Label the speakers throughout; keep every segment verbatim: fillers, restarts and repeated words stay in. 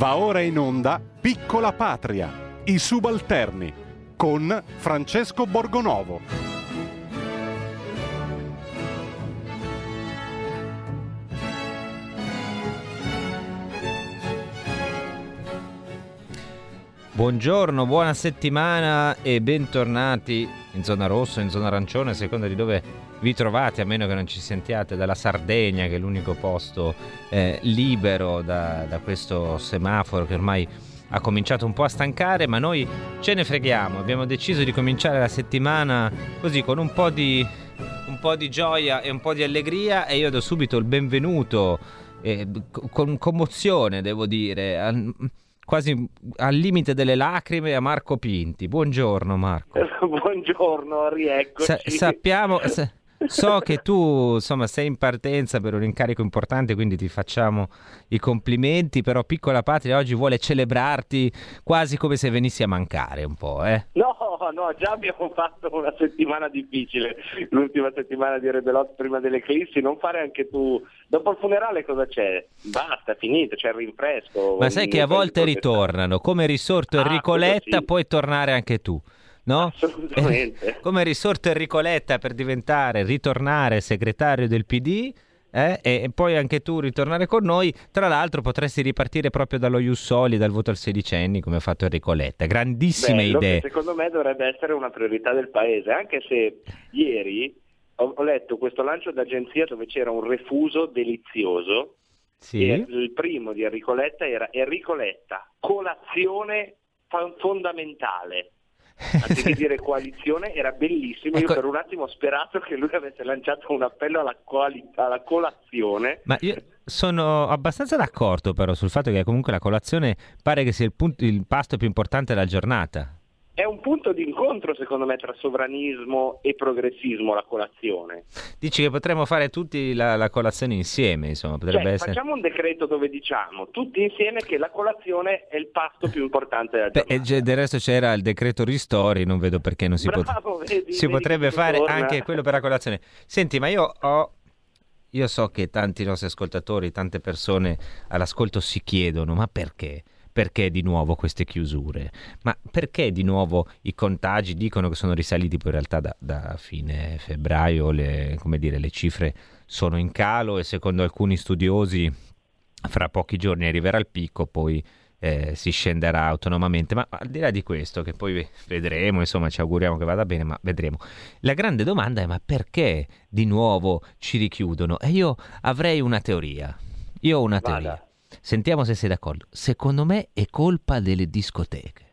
Speaker 1: Va ora in onda Piccola Patria, i subalterni, con Francesco Borgonovo.
Speaker 2: Buongiorno, buona settimana e bentornati in zona rossa, in zona arancione, a seconda di dove vi trovate, a meno che non ci sentiate dalla Sardegna, che è l'unico posto eh, libero da, da questo semaforo che ormai ha cominciato un po' a stancare, ma noi ce ne freghiamo. Abbiamo deciso di cominciare la settimana così, con un po' di, un po' di gioia e un po' di allegria, e io do subito il benvenuto eh, con commozione, devo dire, a, quasi al limite delle lacrime, a Marco Pinti. Buongiorno Marco.
Speaker 3: Buongiorno, rieccoci.
Speaker 2: Sa- sappiamo... Sa- So che tu, insomma, sei in partenza per un incarico importante, quindi ti facciamo i complimenti, però Piccola Patria oggi vuole celebrarti quasi come se venissi a mancare un po', eh?
Speaker 3: No, no, già abbiamo fatto una settimana difficile, l'ultima settimana di Rebelot prima dell'eclissi, non fare anche tu. Dopo il funerale cosa c'è? Basta, finito, c'è il rinfresco.
Speaker 2: Ma sai che a volte ritornano, come è risorto Enrico
Speaker 3: ah,
Speaker 2: Letta,
Speaker 3: sì.
Speaker 2: Puoi tornare anche tu. No?
Speaker 3: Assolutamente.
Speaker 2: Eh, come è risorto Enrico Letta per diventare, ritornare segretario del P D, eh? e, e poi anche tu ritornare con noi. Tra l'altro potresti ripartire proprio dallo Ius Soli, dal voto al sedicenni, come ha fatto Enrico Letta. Grandissime
Speaker 3: Bello,
Speaker 2: idee.
Speaker 3: Secondo me dovrebbe essere una priorità del paese, anche se ieri ho, ho letto questo lancio d'agenzia dove c'era un refuso delizioso.
Speaker 2: Sì.
Speaker 3: E il primo di Enrico Letta era Enrico Letta, colazione fa- fondamentale. Anziché dire coalizione, era bellissimo.
Speaker 2: Ecco.
Speaker 3: Io per un attimo ho sperato che lui avesse lanciato un appello alla, coali- alla colazione.
Speaker 2: Ma io sono abbastanza d'accordo però sul fatto che comunque la colazione pare che sia il, punto, il pasto più importante della giornata.
Speaker 3: È un punto di incontro secondo me tra sovranismo e progressismo, la colazione.
Speaker 2: Dici che potremmo fare tutti la, la colazione insieme, insomma, potrebbe
Speaker 3: Cioè,
Speaker 2: essere...
Speaker 3: facciamo un decreto dove diciamo tutti insieme che la colazione è il pasto più importante della
Speaker 2: Beh,
Speaker 3: giornata.
Speaker 2: e del resto c'era il decreto ristori, non vedo perché non si,
Speaker 3: Bravo,
Speaker 2: pot-
Speaker 3: vedi,
Speaker 2: si
Speaker 3: vedi
Speaker 2: potrebbe
Speaker 3: che
Speaker 2: fare
Speaker 3: torna.
Speaker 2: anche quello per la colazione. Senti, ma io ho... Io so che tanti nostri ascoltatori, tante persone all'ascolto si chiedono, ma perché? Perché di nuovo queste chiusure? Ma perché di nuovo i contagi dicono che sono risaliti, poi in realtà da, da fine febbraio le, come dire, le cifre sono in calo e secondo alcuni studiosi fra pochi giorni arriverà il picco, poi eh, si scenderà autonomamente. Ma al di là di questo, che poi vedremo, insomma ci auguriamo che vada bene, ma vedremo. La grande domanda è: ma perché di nuovo ci richiudono? E io avrei una teoria. Io ho una
Speaker 3: Vada.
Speaker 2: teoria. Sentiamo se sei d'accordo. Secondo me è colpa delle discoteche.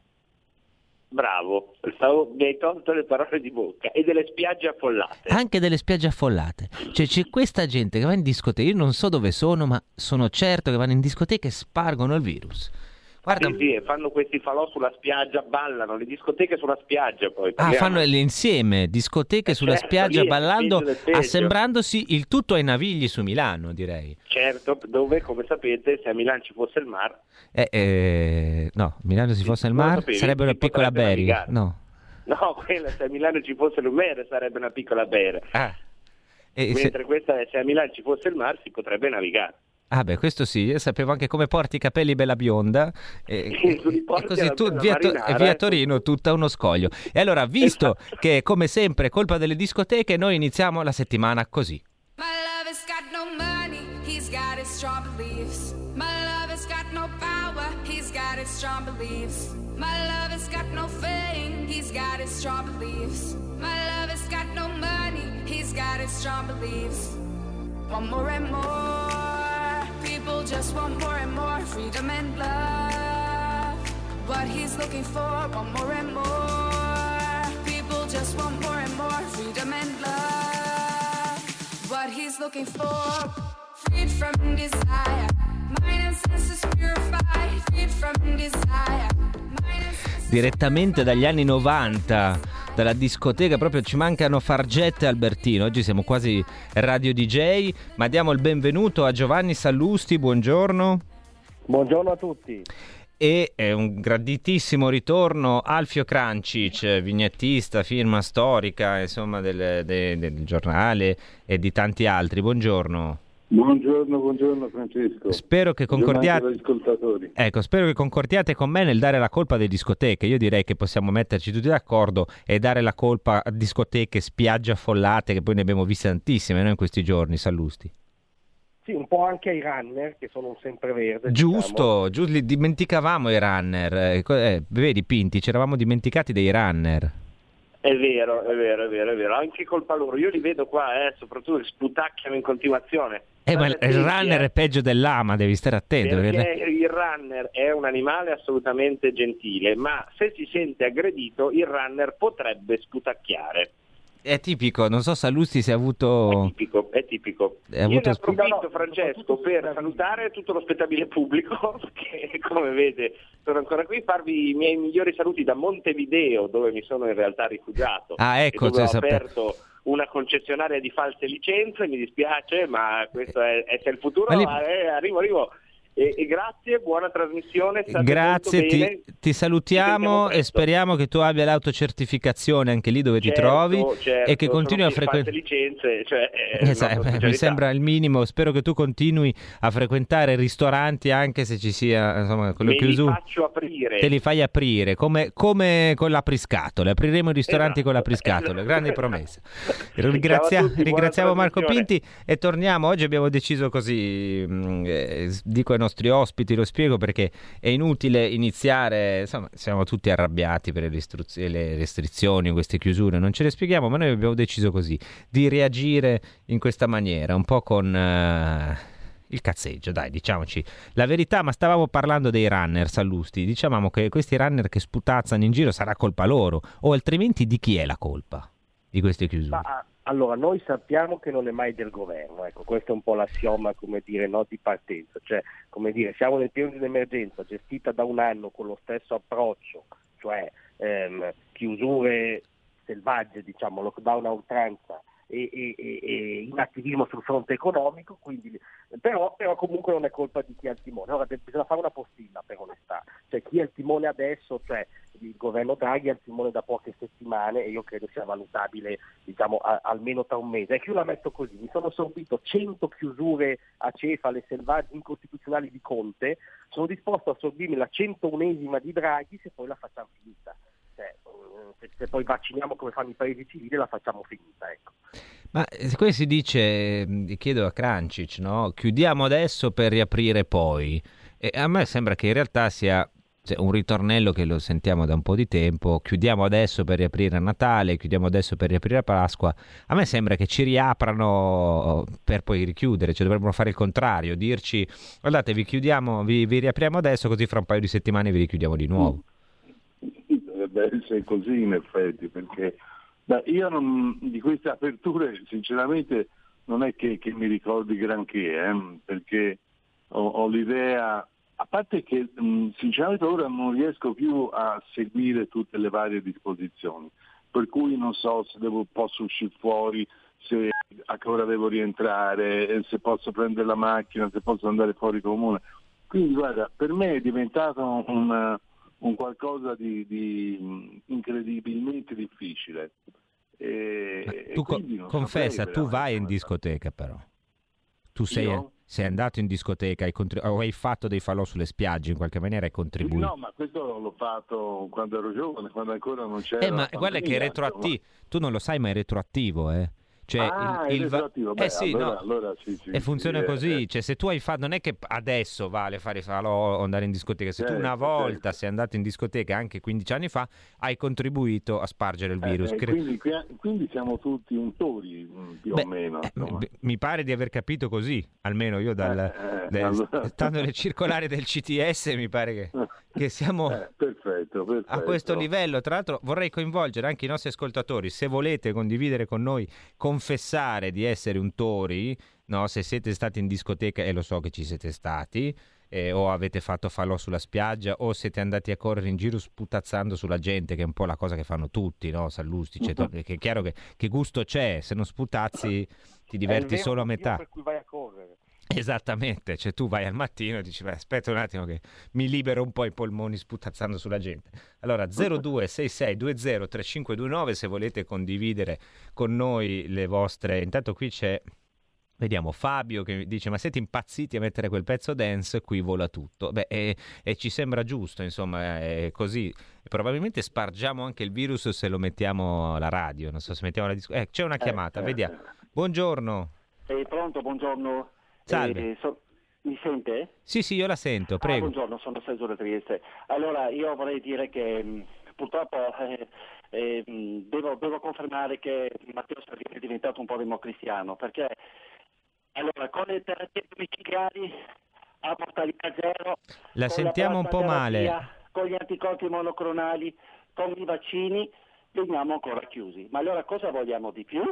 Speaker 3: Bravo, stavo, mi hai tolto le parole di bocca. E delle spiagge affollate.
Speaker 2: Anche delle spiagge affollate. Cioè c'è questa gente che va in discoteca, io non so dove sono, ma sono certo che vanno in discoteca e spargono il virus. Guarda,
Speaker 3: Sì, sì, e fanno questi falò sulla spiaggia, ballano, le discoteche sulla spiaggia poi.
Speaker 2: ah,
Speaker 3: parliamo.
Speaker 2: fanno le insieme, discoteche
Speaker 3: Eh,
Speaker 2: sulla
Speaker 3: certo,
Speaker 2: spiaggia
Speaker 3: lì è
Speaker 2: ballando,
Speaker 3: peggio del peggio.
Speaker 2: assembrandosi il tutto ai Navigli su Milano, direi.
Speaker 3: Certo, dove, come sapete, se a Milano ci fosse il mar...
Speaker 2: Eh, eh, no, Milano si fosse il
Speaker 3: Non lo
Speaker 2: mar,
Speaker 3: sapevi?
Speaker 2: sarebbe una
Speaker 3: Si
Speaker 2: piccola
Speaker 3: potrebbe
Speaker 2: Beri.
Speaker 3: navigare.
Speaker 2: No.
Speaker 3: No, quella, se a Milano ci fosse il mare sarebbe una piccola bere.
Speaker 2: Ah. E se...
Speaker 3: Mentre questa, se a Milano ci fosse il mar, si potrebbe navigare.
Speaker 2: Ah beh, questo sì, io sapevo anche come porti i capelli bella bionda e,
Speaker 3: Sì, tu li
Speaker 2: e
Speaker 3: porti
Speaker 2: così
Speaker 3: alla
Speaker 2: tu
Speaker 3: bella
Speaker 2: via, To-
Speaker 3: marinara,
Speaker 2: via
Speaker 3: eh.
Speaker 2: Torino tutta uno scoglio. E allora, visto
Speaker 3: Esatto.
Speaker 2: che come sempre è colpa delle discoteche, noi iniziamo la settimana così.
Speaker 4: My love has got no money, he's got his strong beliefs. My love has got no power, he's got his strong beliefs. My love has got no fame, he's got his strong beliefs. My love has got no money, he's got his strong beliefs. Want more and more, people just want more and more freedom and love. What he's looking for, want more and more, people just want more and more freedom and love. What he's looking for, freed from desire, mind and senses purified, freed from desire, mind and senses.
Speaker 2: Direttamente dagli anni novanta, dalla discoteca, proprio ci mancano Fargetta e Albertino. Oggi siamo quasi radio D J, ma diamo il benvenuto a Giovanni Sallusti, buongiorno.
Speaker 5: Buongiorno a tutti.
Speaker 2: E è un graditissimo ritorno Alfio Crancic, vignettista, firma storica, insomma, del, de, del giornale e di tanti altri. Buongiorno.
Speaker 6: Buongiorno, buongiorno Francesco.
Speaker 2: Spero che concordiate.
Speaker 6: Ascoltatori.
Speaker 2: Ecco, spero che concordiate con me nel dare la colpa alle discoteche. Io direi che possiamo metterci tutti d'accordo e dare la colpa a discoteche, spiagge affollate, che poi ne abbiamo viste tantissime, no, in questi giorni, Sallusti.
Speaker 5: Sì, un po' anche ai runner, che sono un sempreverde.
Speaker 2: Giusto,
Speaker 5: diciamo.
Speaker 2: giusto, li dimenticavamo i runner. Eh, eh, vedi, Pinti, ci eravamo dimenticati dei runner.
Speaker 3: È vero, è vero, è vero, è vero, anche colpa loro. Io li vedo qua, eh, soprattutto che sputacchiano in continuazione.
Speaker 2: Eh, ma il runner è peggio dell'ama, devi stare attento.
Speaker 3: Perché
Speaker 2: perché...
Speaker 3: il runner è un animale assolutamente gentile, ma se si sente aggredito il runner potrebbe sputacchiare.
Speaker 2: È tipico, non so Sallusti se ha avuto...
Speaker 3: È tipico, è tipico.
Speaker 2: È
Speaker 3: Io
Speaker 2: avuto...
Speaker 3: ne approfitto, Francesco, per salutare tutto lo spettabile pubblico, che come vede sono ancora qui, farvi i miei migliori saluti da Montevideo, dove mi sono in realtà rifugiato.
Speaker 2: Ah, ecco,
Speaker 3: e dove ho
Speaker 2: cioè,
Speaker 3: aperto una concessionaria di false licenze, mi dispiace, ma questo è, è se il futuro,
Speaker 2: lì...
Speaker 3: eh, arrivo, arrivo. E, e grazie, buona trasmissione.
Speaker 2: Grazie, ti, ti salutiamo
Speaker 3: ti
Speaker 2: e speriamo che tu abbia l'autocertificazione anche lì dove
Speaker 3: certo,
Speaker 2: ti trovi
Speaker 3: certo,
Speaker 2: e che continui a frequentare
Speaker 3: licenze, cioè,
Speaker 2: esatto, mi sembra il minimo. Spero che tu continui a frequentare ristoranti anche se ci sia, insomma, con le chiusure.
Speaker 3: Me li faccio aprire.
Speaker 2: Te li fai aprire come, come con l'apriscatole. Apriremo i ristoranti esatto, con l'apriscatole, esatto. Grandi promesse. Ringrazia,
Speaker 3: tutti,
Speaker 2: ringraziamo Marco Pinti e torniamo. Oggi abbiamo deciso così, mh, eh, dico ai nostri ospiti, lo spiego perché è inutile iniziare, insomma siamo tutti arrabbiati per le, restru- le restrizioni, queste chiusure, non ce le spieghiamo, ma noi abbiamo deciso così di reagire in questa maniera, un po' con uh, il cazzeggio, dai, diciamoci la verità. Ma stavamo parlando dei runner, Sallusti, dicevamo che questi runner che sputazzano in giro sarà colpa loro, o altrimenti di chi è la colpa di queste chiusure?
Speaker 5: Ma, allora, noi sappiamo che non è mai del governo, ecco, questo è un po' l'assioma, come dire, no, di partenza, cioè, come dire, siamo nel periodo di emergenza gestita da un anno con lo stesso approccio, cioè ehm, chiusure selvagge, diciamo, lockdown a oltranza e, e, e, e inattivismo sul fronte economico, quindi, però, però comunque non è colpa di chi ha il timone. Ora bisogna fare una postilla per onestà, cioè chi ha il timone adesso, cioè il governo Draghi ha il timone da poche settimane e io credo sia valutabile, diciamo, a, almeno tra un mese. E che io la metto così: mi sono sorbito cento chiusure acefale, selvagge, incostituzionali di Conte, sono disposto a sorbirmi la centounesima di Draghi se poi la facciamo finita. Cioè, se, se poi vacciniamo come fanno i paesi civili la facciamo finita, ecco.
Speaker 2: Ma come si dice, chiedo a Crancic, no? Chiudiamo adesso per riaprire poi. E a me sembra che in realtà sia un ritornello che lo sentiamo da un po' di tempo. Chiudiamo adesso per riaprire a Natale, chiudiamo adesso per riaprire a Pasqua. A me sembra che ci riaprano per poi richiudere, cioè dovrebbero fare il contrario, dirci guardate vi chiudiamo, vi, vi riapriamo adesso, così fra un paio di settimane vi richiudiamo di nuovo.
Speaker 6: Dovrebbe essere così in effetti, perché beh, io non, di queste aperture sinceramente non è che, che mi ricordi granché, eh, perché ho, ho l'idea, a parte che mh, sinceramente ora non riesco più a seguire tutte le varie disposizioni, per cui non so se devo, posso uscire fuori, se a che ora devo rientrare, se posso prendere la macchina, se posso andare fuori comune. Quindi guarda, per me è diventato un, un qualcosa di, di incredibilmente difficile. E,
Speaker 2: tu
Speaker 6: e quindi
Speaker 2: co- confessa, tu vai in discoteca però. Tu sei...
Speaker 6: Io?
Speaker 2: Sei andato in discoteca hai contri- o hai fatto dei falò sulle spiagge, in qualche maniera hai contribuito?
Speaker 6: No, ma questo l'ho fatto quando ero giovane, quando ancora non c'era.
Speaker 2: Eh, ma guarda che è retroattivo, tu non lo sai, ma è retroattivo, eh. Cioè,
Speaker 6: ah,
Speaker 2: il, il
Speaker 6: è retroattivo. Beh,
Speaker 2: eh sì,
Speaker 6: allora,
Speaker 2: no.
Speaker 6: allora sì, sì,
Speaker 2: e funziona
Speaker 6: sì,
Speaker 2: così,
Speaker 6: eh,
Speaker 2: cioè se tu hai fatto, non è che adesso vale fare falò o andare in discoteca, se
Speaker 6: certo,
Speaker 2: tu una volta
Speaker 6: certo.
Speaker 2: sei andato in discoteca anche quindici anni fa, hai contribuito a spargere il virus.
Speaker 6: Eh, eh, quindi, quindi siamo tutti untori più
Speaker 2: Beh,
Speaker 6: o meno.
Speaker 2: Eh, mi pare di aver capito così, almeno io dal,
Speaker 6: eh, eh,
Speaker 2: del,
Speaker 6: allora...
Speaker 2: stando nel circolare del C T S mi pare che, che siamo
Speaker 6: eh, perfetto, perfetto.
Speaker 2: a questo livello. Tra l'altro vorrei coinvolgere anche i nostri ascoltatori, se volete condividere con noi, confessare di essere untori, no? Se siete stati in discoteca, e lo so che ci siete stati, eh, o avete fatto falò sulla spiaggia, o siete andati a correre in giro sputazzando sulla gente, che è un po' la cosa che fanno tutti, no? Sallusti, cioè, uh-huh. Che è chiaro che, che gusto c'è, se non sputazzi ti diverti solo a metà.
Speaker 5: Per cui vai a correre.
Speaker 2: Esattamente, cioè tu vai al mattino e dici beh, aspetta un attimo che mi libero un po' i polmoni sputazzando sulla gente. Allora zero due sei sei due zero tre cinque due nove se volete condividere con noi le vostre. Intanto qui c'è Vediamo Fabio che dice: ma siete impazziti a mettere quel pezzo dance, qui vola tutto. Beh, e, e ci sembra giusto, insomma, è così. E probabilmente spargiamo anche il virus se lo mettiamo alla radio, non so se mettiamo la discussione. Eh, c'è una chiamata,
Speaker 7: Eh,
Speaker 2: vediamo.
Speaker 7: eh.
Speaker 2: Buongiorno.
Speaker 7: Eh, pronto, buongiorno.
Speaker 2: Salve.
Speaker 7: Eh, so- mi sente?
Speaker 2: Sì, sì, io la sento,
Speaker 7: Ah,
Speaker 2: prego.
Speaker 7: buongiorno, sono Sergio da Trieste. Allora, io vorrei dire che mh, purtroppo eh, eh, mh, devo, devo confermare che Matteo Salvini è diventato un po' democristiano, perché allora, con le terapie domiciliari a mortalità zero,
Speaker 2: La
Speaker 7: con
Speaker 2: sentiamo un po'
Speaker 7: plasmaterapia,
Speaker 2: male.
Speaker 7: con gli anticorpi monoclonali, con i vaccini, veniamo ancora chiusi. Ma allora cosa vogliamo di più?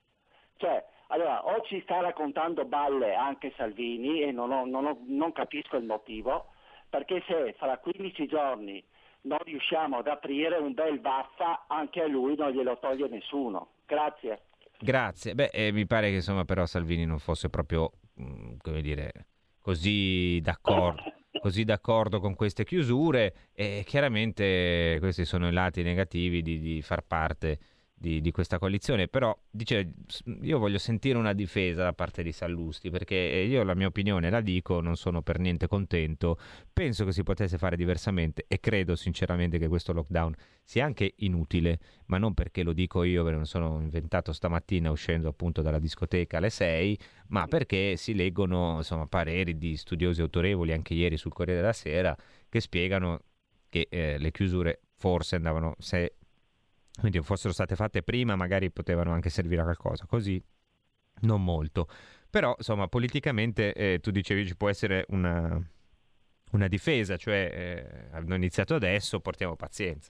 Speaker 7: Cioè, allora, o ci sta raccontando balle anche Salvini e non, ho, non, ho, non capisco il motivo, perché se fra quindici giorni non riusciamo ad aprire un bel vaffa, anche a lui non glielo toglie nessuno. Grazie.
Speaker 2: Grazie. Beh, eh, mi pare che insomma però Salvini non fosse proprio, mh, come dire, così d'accordo, così d'accordo con queste chiusure, e chiaramente questi sono i lati negativi di, di far parte di, di questa coalizione. Però dice, io voglio sentire una difesa da parte di Sallusti, perché io la mia opinione la dico, non sono per niente contento, penso che si potesse fare diversamente e credo sinceramente che questo lockdown sia anche inutile, ma non perché lo dico io, perché non sono inventato stamattina uscendo appunto dalla discoteca alle sei, ma perché si leggono insomma pareri di studiosi autorevoli anche ieri sul Corriere della Sera che spiegano che eh, le chiusure forse andavano, se quindi fossero state fatte prima, magari potevano anche servire a qualcosa, così non molto. Però insomma politicamente eh, tu dicevi ci può essere una, una difesa, cioè eh, hanno iniziato adesso, portiamo pazienza.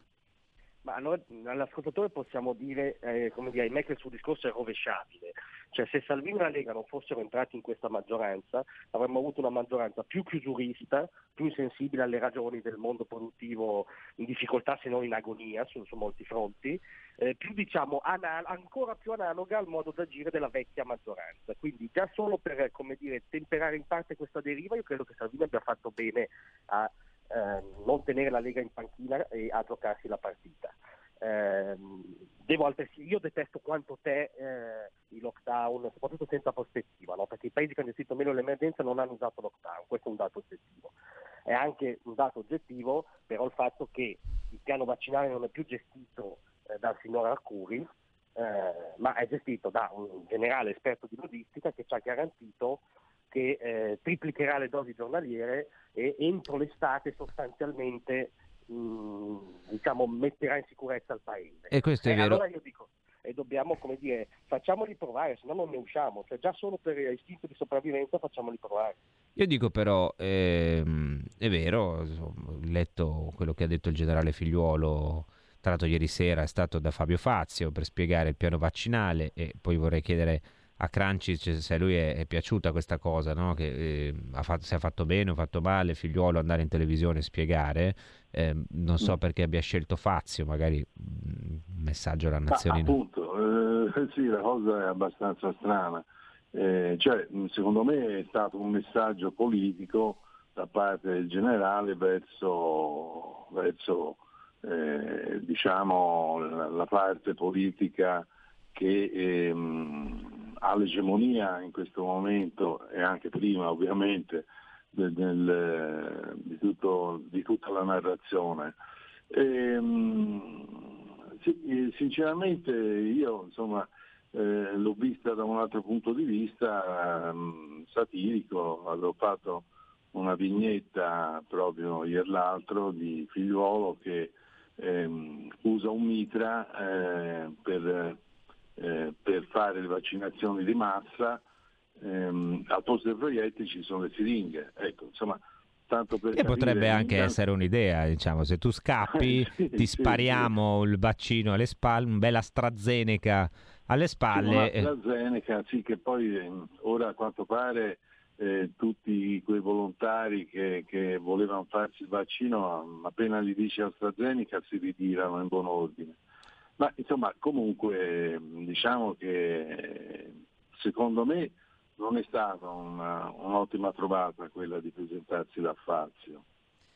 Speaker 5: Ma noi all'ascoltatore possiamo dire, eh, come dire, ahimè che il suo discorso è rovesciabile. Cioè, se Salvini e la Lega non fossero entrati in questa maggioranza, avremmo avuto una maggioranza più chiusurista, più insensibile alle ragioni del mondo produttivo in difficoltà se non in agonia su, su molti fronti, eh, più diciamo anal- ancora più analoga al modo d'agire della vecchia maggioranza. Quindi già solo per, come dire, temperare in parte questa deriva, io credo che Salvini abbia fatto bene a Eh, non tenere la Lega in panchina e a giocarsi la partita. Eh, devo altresì, io detesto quanto te eh, i lockdown, soprattutto senza prospettiva, no? Perché i paesi che hanno gestito meno l'emergenza non hanno usato lockdown, questo è un dato oggettivo. È anche un dato oggettivo però il fatto che il piano vaccinale non è più gestito eh, dal signor Arcuri, eh, ma è gestito da un generale esperto di logistica che ci ha garantito che eh, triplicherà le dosi giornaliere e entro l'estate sostanzialmente mh, diciamo metterà in sicurezza il paese.
Speaker 2: E questo è
Speaker 5: eh,
Speaker 2: vero.
Speaker 5: Allora io dico, e dobbiamo, come dire, facciamoli provare, se no non ne usciamo, cioè già solo per istinto di sopravvivenza facciamoli provare.
Speaker 2: Io dico però, ehm, è vero, ho letto quello che ha detto il generale Figliuolo, tra l'altro ieri sera è stato da Fabio Fazio per spiegare il piano vaccinale, e poi vorrei chiedere a Cranci se a lui è, è piaciuta questa cosa, no? Che eh, ha fatto, se ha fatto bene o fatto male Figliuolo andare in televisione e spiegare, eh, non so perché abbia scelto Fazio, magari un messaggio alla nazione.
Speaker 6: Ma, appunto, eh, sì, la cosa è abbastanza strana, eh, cioè secondo me è stato un messaggio politico da parte del generale verso, verso eh, diciamo la, la parte politica che ehm, ha l'egemonia in questo momento e anche prima ovviamente del, del, di, tutto, di tutta la narrazione. E, sì, sinceramente io insomma eh, l'ho vista da un altro punto di vista ehm, satirico, avevo fatto una vignetta proprio ieri l'altro di Figliuolo che ehm, usa un mitra eh, per Eh, per fare le vaccinazioni di massa, ehm, al posto dei proiettili ci sono le siringhe, ecco, insomma, tanto per
Speaker 2: E
Speaker 6: capire,
Speaker 2: potrebbe anche
Speaker 6: intanto...
Speaker 2: essere un'idea, diciamo, se tu scappi
Speaker 6: sì,
Speaker 2: ti spariamo
Speaker 6: sì, sì.
Speaker 2: il vaccino alle spalle, un bella AstraZeneca alle spalle.
Speaker 6: Sì, AstraZeneca, sì, che poi eh, ora a quanto pare eh, tutti quei volontari che, che volevano farsi il vaccino, appena gli dice AstraZeneca si ritirano in buon ordine. Ma insomma, comunque diciamo che secondo me non è stata una, un'ottima trovata quella di presentarsi da Fazio.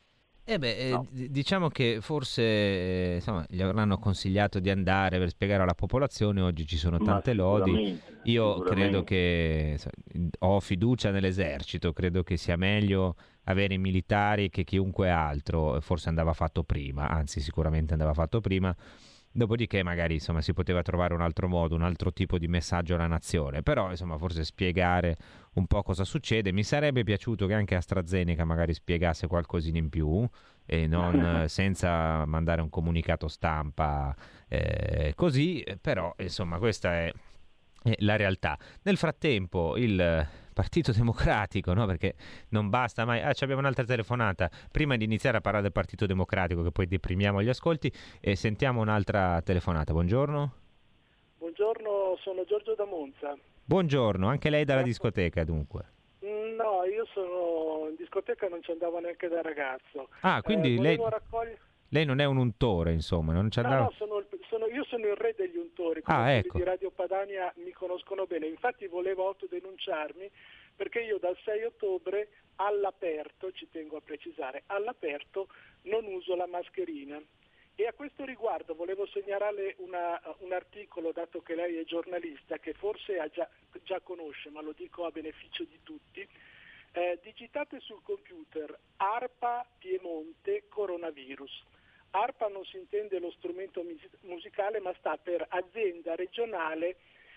Speaker 2: Eh beh, eh,
Speaker 3: No.
Speaker 2: d- diciamo che forse eh, insomma, gli avranno consigliato di andare per spiegare alla popolazione. Oggi ci sono
Speaker 6: Ma
Speaker 2: tante lodi.
Speaker 6: sicuramente,
Speaker 2: Io
Speaker 6: sicuramente.
Speaker 2: credo che insomma, ho fiducia nell'esercito, credo che sia meglio avere i militari che chiunque altro. Forse andava fatto prima, anzi sicuramente andava fatto prima. Dopodiché magari insomma si poteva trovare un altro modo, un altro tipo di messaggio alla nazione, però insomma forse spiegare un po' cosa succede. Mi sarebbe piaciuto che anche AstraZeneca magari spiegasse qualcosina in più e non eh, senza mandare un comunicato stampa eh, così, però insomma questa è, è la realtà. Nel frattempo il Partito Democratico, no? Perché non basta mai. Ah, abbiamo un'altra telefonata. Prima di iniziare a parlare del Partito Democratico, che poi deprimiamo gli ascolti, e sentiamo un'altra telefonata. Buongiorno.
Speaker 8: Buongiorno, sono Giorgio da Monza.
Speaker 2: Buongiorno, anche lei dalla discoteca dunque.
Speaker 8: No, io sono in discoteca, non ci andavo neanche da ragazzo.
Speaker 2: Ah, quindi
Speaker 8: Eh,
Speaker 2: lei,
Speaker 8: volevo raccogli-
Speaker 2: lei non è un untore, insomma, non ci
Speaker 8: No,
Speaker 2: andava.
Speaker 8: no, sono il- sono- io sono il re degli untori, come
Speaker 2: Ah,
Speaker 8: quelli
Speaker 2: ecco.
Speaker 8: di Radio Padania mi conoscono bene. Infatti volevo autodenunciarmi perché io dal sei ottobre all'aperto, ci tengo a precisare, all'aperto non uso la mascherina. E a questo riguardo volevo segnalarle una- un articolo, dato che lei è giornalista, che forse ha già, già conosce, ma lo dico a beneficio di tutti. Eh, digitate sul computer ARPA Piemonte coronavirus. ARPA non si intende lo strumento mus- musicale, ma sta per Azienda Regionale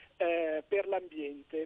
Speaker 8: eh, per l'Ambiente.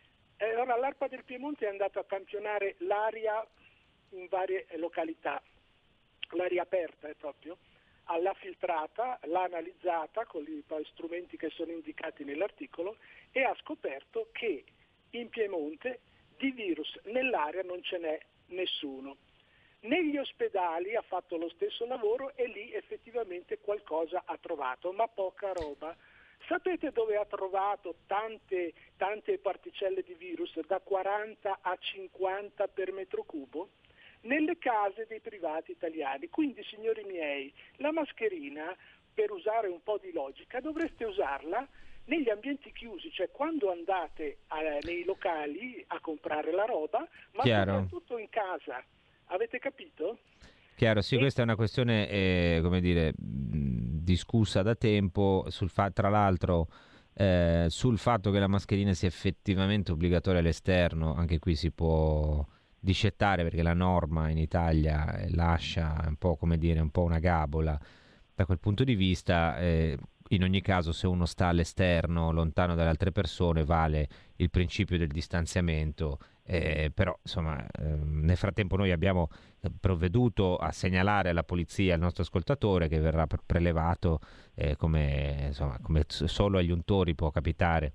Speaker 8: E allora l'ARPA del Piemonte è andato a campionare l'aria in varie località, l'aria aperta è proprio, l'ha filtrata, l'ha analizzata con i poi strumenti che sono indicati nell'articolo e ha scoperto che in Piemonte di virus nell'aria non ce n'è nessuno. Negli ospedali ha fatto lo stesso lavoro e lì effettivamente qualcosa ha trovato, ma poca roba. Sapete dove ha trovato tante, tante particelle di virus, da quaranta a cinquanta per metro cubo? Nelle case dei privati italiani. Quindi, signori miei, la mascherina, per usare un po' di logica, dovreste usarla negli ambienti chiusi, cioè quando andate eh, nei locali a comprare la roba, ma
Speaker 2: Chiaro.
Speaker 8: soprattutto in casa. Avete capito?
Speaker 2: Chiaro, sì,
Speaker 8: E-
Speaker 2: questa è una questione, eh, come dire, mh, discussa da tempo, sul fa- tra l'altro eh, sul fatto che la mascherina sia effettivamente obbligatoria all'esterno. Anche qui si può discettare perché la norma in Italia eh, lascia un po', come dire, un po' una gabola da quel punto di vista. Eh, in ogni caso, se uno sta all'esterno, lontano dalle altre persone, vale il principio del distanziamento. Eh, però insomma ehm, nel frattempo noi abbiamo eh, provveduto a segnalare alla polizia il nostro ascoltatore, che verrà pre- prelevato eh, come, insomma, come s- solo agli untori può capitare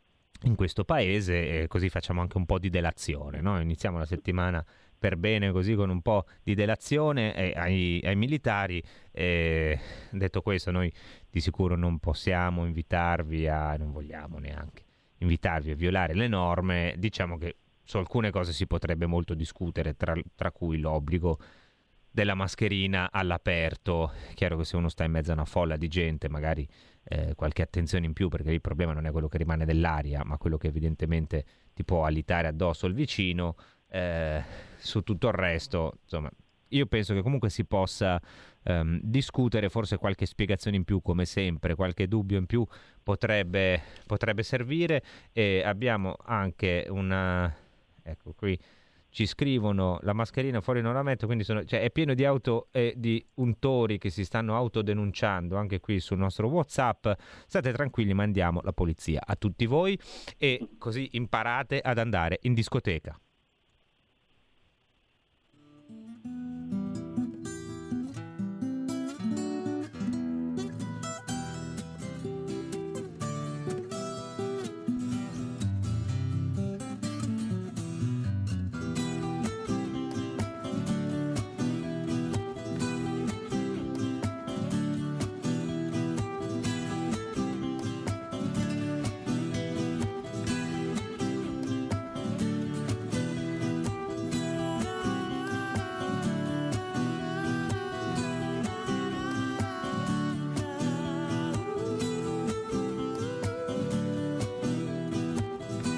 Speaker 2: in questo paese, e così facciamo anche un po' di delazione, no? Iniziamo la settimana per bene così, con un po' di delazione eh, ai, ai militari. Eh, detto questo, noi di sicuro non possiamo invitarvi a, non vogliamo neanche invitarvi a violare le norme. Diciamo che su alcune cose si potrebbe molto discutere, tra, tra cui l'obbligo della mascherina all'aperto. Chiaro che se uno sta in mezzo a una folla di gente, magari eh, qualche attenzione in più, perché il problema non è quello che rimane dell'aria, ma quello che evidentemente ti può alitare addosso il vicino. Eh, su tutto il resto, insomma, io penso che comunque si possa ehm, discutere, forse qualche spiegazione in più, come sempre, qualche dubbio in più potrebbe, potrebbe servire. E abbiamo anche una, ecco qui ci scrivono, la mascherina fuori non la metto, quindi sono, cioè, è pieno di auto e di untori che si stanno autodenunciando anche qui sul nostro WhatsApp. State tranquilli, mandiamo la polizia a tutti voi, e così imparate ad andare in discoteca.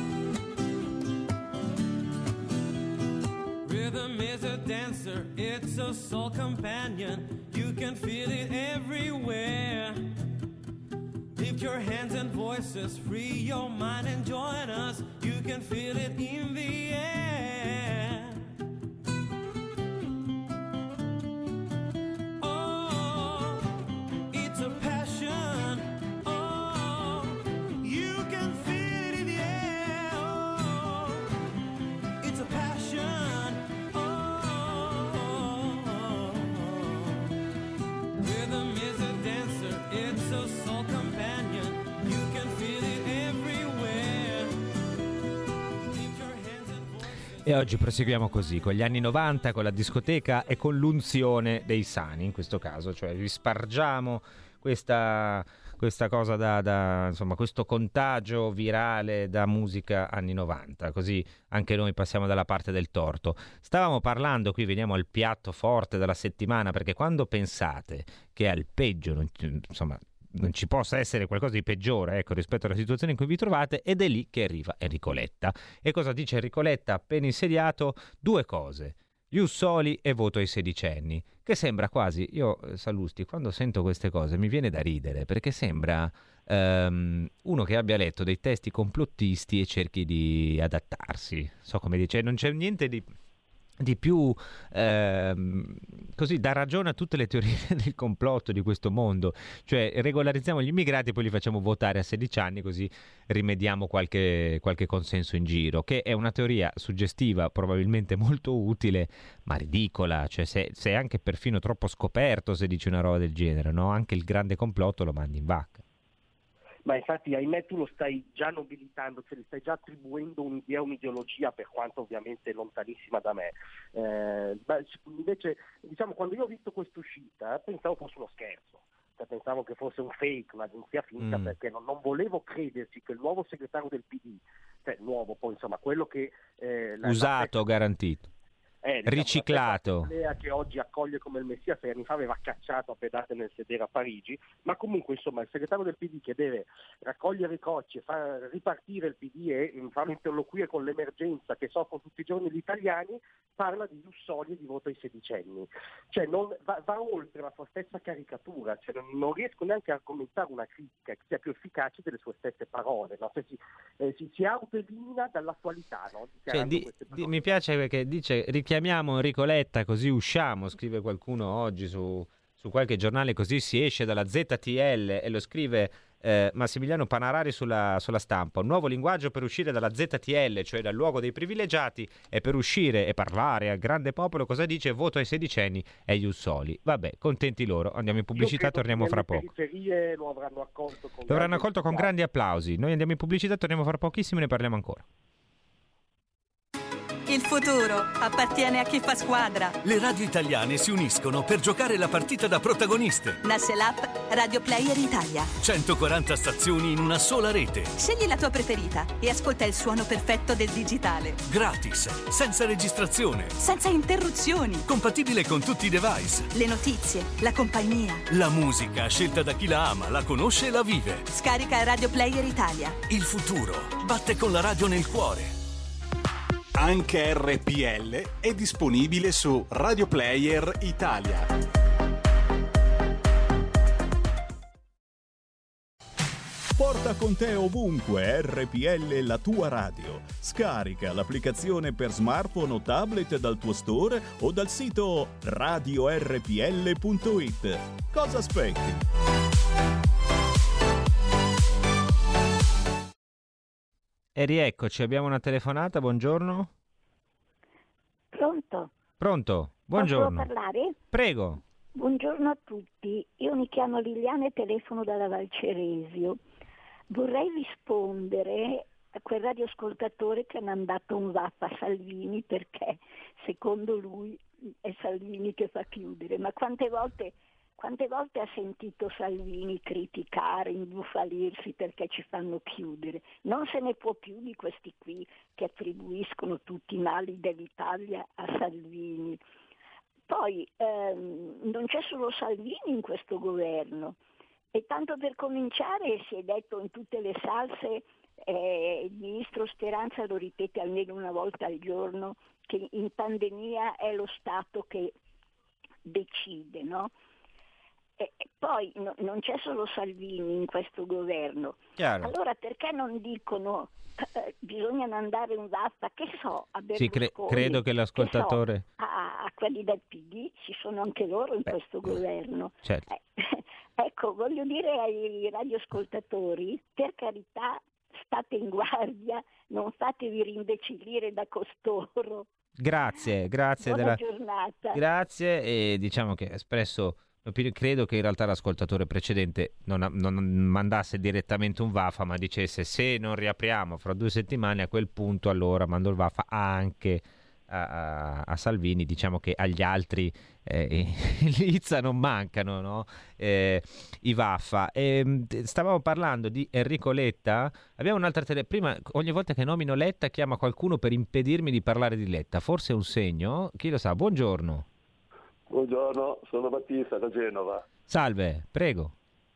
Speaker 9: Rhythm is a dancer, it's It's a soul companion, you can feel it everywhere. Lift your hands and voices, free your mind and join us. You can feel it in the air. Oh, it's a passion. Oh, you can feel it in the air. Oh, it's a passion. Oh, rhythm is a dancer, it's a soul companion. You can feel it everywhere. Lift your hands and voices.
Speaker 2: E oggi proseguiamo così, con gli anni novanta, con la discoteca e con l'unzione dei sani, in questo caso, cioè rispargiamo questa, questa cosa da, da, insomma, questo contagio virale da musica anni novanta, così anche noi passiamo dalla parte del torto. Stavamo parlando, qui veniamo al piatto forte della settimana, perché quando pensate che al peggio, non, insomma, non ci possa essere qualcosa di peggiore, ecco, rispetto alla situazione in cui vi trovate, ed è lì che arriva Enrico Letta. E cosa dice Enrico Letta appena insediato? Due cose: gli ussoli e voto ai sedicenni, che sembra quasi, io eh, Sallusti, quando sento queste cose mi viene da ridere, perché sembra ehm, uno che abbia letto dei testi complottisti e cerchi di adattarsi, so come dice, non c'è niente di di più ehm, così dà ragione a tutte le teorie del complotto di questo mondo, cioè regolarizziamo gli immigrati, poi li facciamo votare a sedici anni, così rimediamo qualche, qualche consenso in giro, che è una teoria suggestiva, probabilmente molto utile, ma ridicola, cioè se, se è anche perfino troppo scoperto se dici una roba del genere, no? Anche il grande complotto lo mandi in vacca.
Speaker 5: Ma infatti, ahimè, tu lo stai già nobilitando, cioè gli stai già attribuendo un'idea, un'ideologia, per quanto ovviamente lontanissima da me. Eh, ma invece, diciamo, quando io ho visto questa uscita, pensavo fosse uno scherzo, cioè, pensavo che fosse un fake, un'agenzia finta, mm. perché non, non volevo crederci che il nuovo segretario del P D, cioè nuovo, poi insomma, quello che... Eh, la,
Speaker 2: usato, la... garantito.
Speaker 5: Eh, diciamo,
Speaker 2: riciclato,
Speaker 5: che oggi accoglie come il messia, sei anni fa aveva cacciato a pedate nel sedere a Parigi, ma comunque insomma il segretario del P D che deve raccogliere i cocci, far ripartire il P D e farlo interloquire con l'emergenza che soffrono tutti i giorni gli italiani, parla di ussoli e di voto ai sedicenni, cioè non, va, va oltre la sua stessa caricatura, cioè non, non riesco neanche a argomentare una critica che sia più efficace delle sue stesse parole, no? Cioè, si, eh, si, si autoelimina dall'attualità, no?
Speaker 2: Cioè, di, di, mi piace perché dice chiamiamo Enrico Letta così usciamo, scrive qualcuno oggi su, su qualche giornale, così si esce dalla Z T L, e lo scrive eh, Massimiliano Panarari sulla, sulla Stampa. Un nuovo linguaggio per uscire dalla Z T L, cioè dal luogo dei privilegiati, e per uscire e parlare al grande popolo. Cosa dice? Voto ai sedicenni e agli ussoli. Vabbè, contenti loro, andiamo in pubblicità, torniamo fra poco.
Speaker 5: Le periferie lo avranno accolto con,
Speaker 2: lo avranno accolto con grandi applausi. Noi andiamo in pubblicità, torniamo fra pochissimo e ne parliamo ancora.
Speaker 10: Il futuro appartiene a chi fa squadra.
Speaker 11: Le radio italiane si uniscono per giocare la partita da protagoniste.
Speaker 10: Nasce l'app Radio Player Italia.
Speaker 11: centoquaranta stazioni in una sola rete.
Speaker 10: Scegli la tua preferita e ascolta il suono perfetto del digitale.
Speaker 11: Gratis, senza registrazione.
Speaker 10: Senza interruzioni.
Speaker 11: Compatibile con tutti i device.
Speaker 10: Le notizie, la compagnia.
Speaker 11: La musica scelta da chi la ama, la conosce e la vive.
Speaker 10: Scarica Radio Player Italia.
Speaker 11: Il futuro batte con la radio nel cuore.
Speaker 1: Anche R P L è disponibile su Radio Player Italia.
Speaker 12: Porta con te ovunque R P L, la tua radio. Scarica l'applicazione per smartphone o tablet dal tuo store o dal sito radio r p l punto i t. Cosa aspetti?
Speaker 2: E rieccoci, abbiamo una telefonata, buongiorno.
Speaker 13: Pronto?
Speaker 2: Pronto, buongiorno.
Speaker 13: Posso parlare?
Speaker 2: Prego.
Speaker 13: Buongiorno a tutti, io mi chiamo Liliana e telefono dalla Val Ceresio. Vorrei rispondere a quel radioascoltatore che ha mandato un zap a Salvini perché secondo lui è Salvini che fa chiudere, ma quante volte... Quante volte ha sentito Salvini criticare, imbufalirsi perché ci fanno chiudere? Non se ne può più di questi qui che attribuiscono tutti i mali dell'Italia a Salvini. Poi ehm, non c'è solo Salvini in questo governo e tanto per cominciare si è detto in tutte le salse, eh, il ministro Speranza lo ripete almeno una volta al giorno, che in pandemia è lo Stato che decide, no? E, e poi no, non c'è solo Salvini in questo governo.
Speaker 2: Chiaro.
Speaker 13: Allora perché non dicono eh, bisogna mandare un vaffa, che so, a Berlusconi,
Speaker 2: Sì, cre- credo che l'ascoltatore...
Speaker 13: che so, a, a quelli del P D, ci sono anche loro in
Speaker 2: Beh,
Speaker 13: questo governo.
Speaker 2: certo.
Speaker 13: Eh, ecco, voglio dire ai radioascoltatori, per carità, state in guardia, non fatevi rimbecillire da costoro.
Speaker 2: Grazie, grazie.
Speaker 13: Buona
Speaker 2: della...
Speaker 13: giornata.
Speaker 2: Grazie, e diciamo che ha espresso... Credo che in realtà l'ascoltatore precedente non, non mandasse direttamente un vaffa, ma dicesse: se non riapriamo fra due settimane, a quel punto allora mando il vaffa anche a, a, a Salvini. Diciamo che agli altri eh, Lizza non mancano, no? eh, i vaffa. E, stavamo parlando di Enrico Letta. Abbiamo un'altra tele... Prima, ogni volta che nomino Letta chiama qualcuno per impedirmi di parlare di Letta. Forse è un segno? Chi lo sa? Buongiorno.
Speaker 14: Buongiorno, sono Battista da Genova.
Speaker 2: Salve, prego.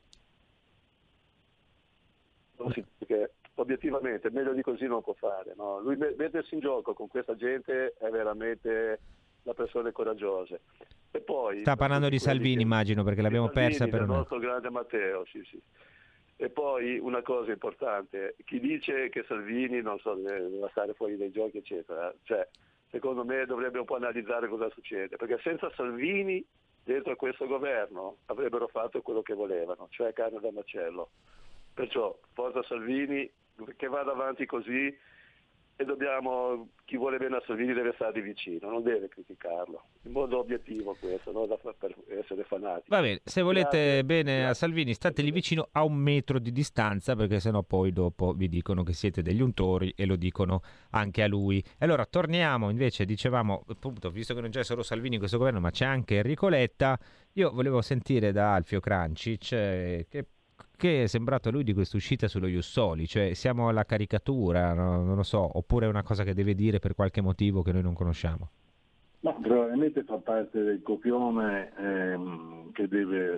Speaker 14: Perché obiettivamente meglio di così non può fare, no? Lui mettersi in gioco con questa gente è veramente la persone coraggiose. E poi
Speaker 2: sta parlando di Salvini, che... immagino, perché l'abbiamo
Speaker 14: Salvini,
Speaker 2: persa per
Speaker 14: il
Speaker 2: un
Speaker 14: nostro grande Matteo, sì, sì. E poi una cosa importante, chi dice che Salvini non so, deve stare fuori dai giochi, eccetera, cioè secondo me dovrebbe un po' analizzare cosa succede, perché senza Salvini dentro a questo governo avrebbero fatto quello che volevano, cioè carne da macello. Perciò forza Salvini, che vada avanti così, e dobbiamo, chi vuole bene a Salvini deve stargli vicino, non deve criticarlo, in modo obiettivo questo, non da, per essere fanatici.
Speaker 2: Va bene, se volete
Speaker 14: Grazie.
Speaker 2: bene
Speaker 14: Grazie.
Speaker 2: a Salvini stategli vicino a un metro di distanza, perché sennò poi dopo vi dicono che siete degli untori e lo dicono anche a lui. Allora torniamo invece, dicevamo appunto, visto che non c'è solo Salvini in questo governo ma c'è anche Enrico Letta, io volevo sentire da Alfio Crancic eh, che che è sembrato a lui di questa uscita sullo Ius Soli, cioè siamo alla caricatura, no? Non lo so, oppure è una cosa che deve dire per qualche motivo che noi non conosciamo.
Speaker 6: Ma probabilmente fa parte del copione ehm, che deve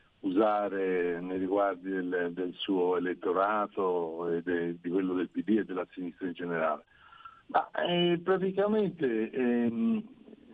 Speaker 6: usare nei riguardi del, del suo elettorato e de, di quello del P D e della sinistra in generale. Ma eh, praticamente, ehm,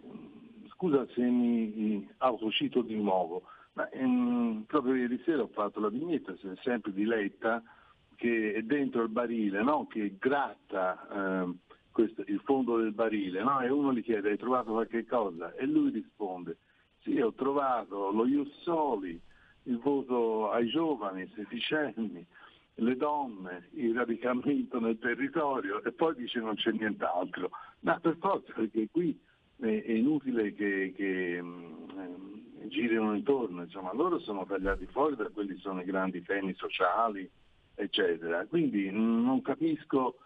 Speaker 6: scusa se mi autocito di nuovo, ma ehm, proprio ieri sera ho fatto la vignetta sempre di Letta che è dentro il barile, no? Che gratta ehm, questo, il fondo del barile, no? E uno gli chiede: hai trovato qualche cosa? E lui risponde: sì, ho trovato lo Ius Soli, il voto ai giovani, sedicenni, le donne, il radicamento nel territorio, e poi dice non c'è nient'altro. Ma per forza, perché qui è, è inutile che, che um, girino intorno, insomma, loro sono tagliati fuori da quelli che sono i grandi temi sociali, eccetera. Quindi mh, non capisco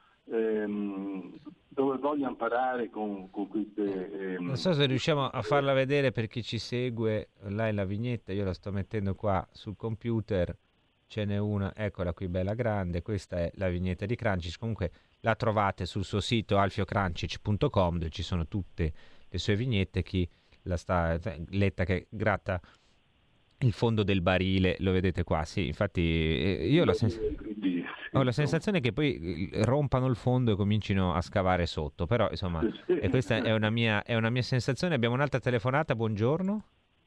Speaker 6: ehm, dove vogliano parare con, con queste... Ehm...
Speaker 2: Non so se riusciamo a farla vedere per chi ci segue, là è la vignetta, io la sto mettendo qua sul computer, ce n'è una, eccola qui bella grande, questa è la vignetta di Crancic, comunque la trovate sul suo sito alfio crancic punto com, dove ci sono tutte le sue vignette. Chi la sta Letta che gratta il fondo del barile, lo vedete qua, sì, infatti io ho la, sens- ho la sensazione che poi rompano il fondo e comincino a scavare sotto, però insomma e questa è una mia, è una mia sensazione. Abbiamo un'altra telefonata, buongiorno.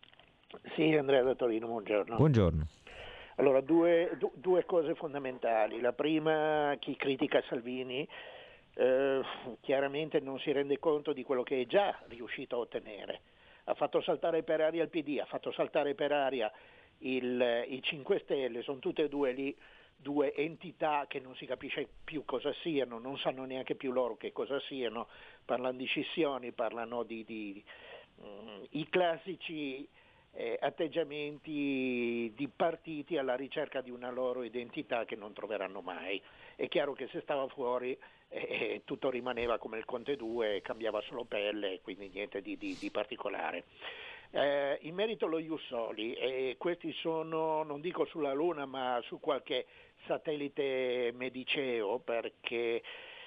Speaker 15: Sì, Andrea da Torino, buongiorno.
Speaker 2: Buongiorno.
Speaker 15: Allora, due, du- due cose fondamentali. La prima, chi critica Salvini eh, chiaramente non si rende conto di quello che è già riuscito a ottenere. Ha fatto saltare per aria il P D, ha fatto saltare per aria il, i cinque Stelle, sono tutte e due lì due entità che non si capisce più cosa siano, non sanno neanche più loro che cosa siano, parlano di scissioni, parlano di, di um, i classici eh, atteggiamenti di partiti alla ricerca di una loro identità che non troveranno mai. È chiaro che se stava fuori eh, tutto rimaneva come il Conte due, cambiava solo pelle, quindi niente di, di, di particolare. Eh, in merito allo Ius Soli, eh, questi sono, non dico sulla Luna, ma su qualche satellite mediceo, perché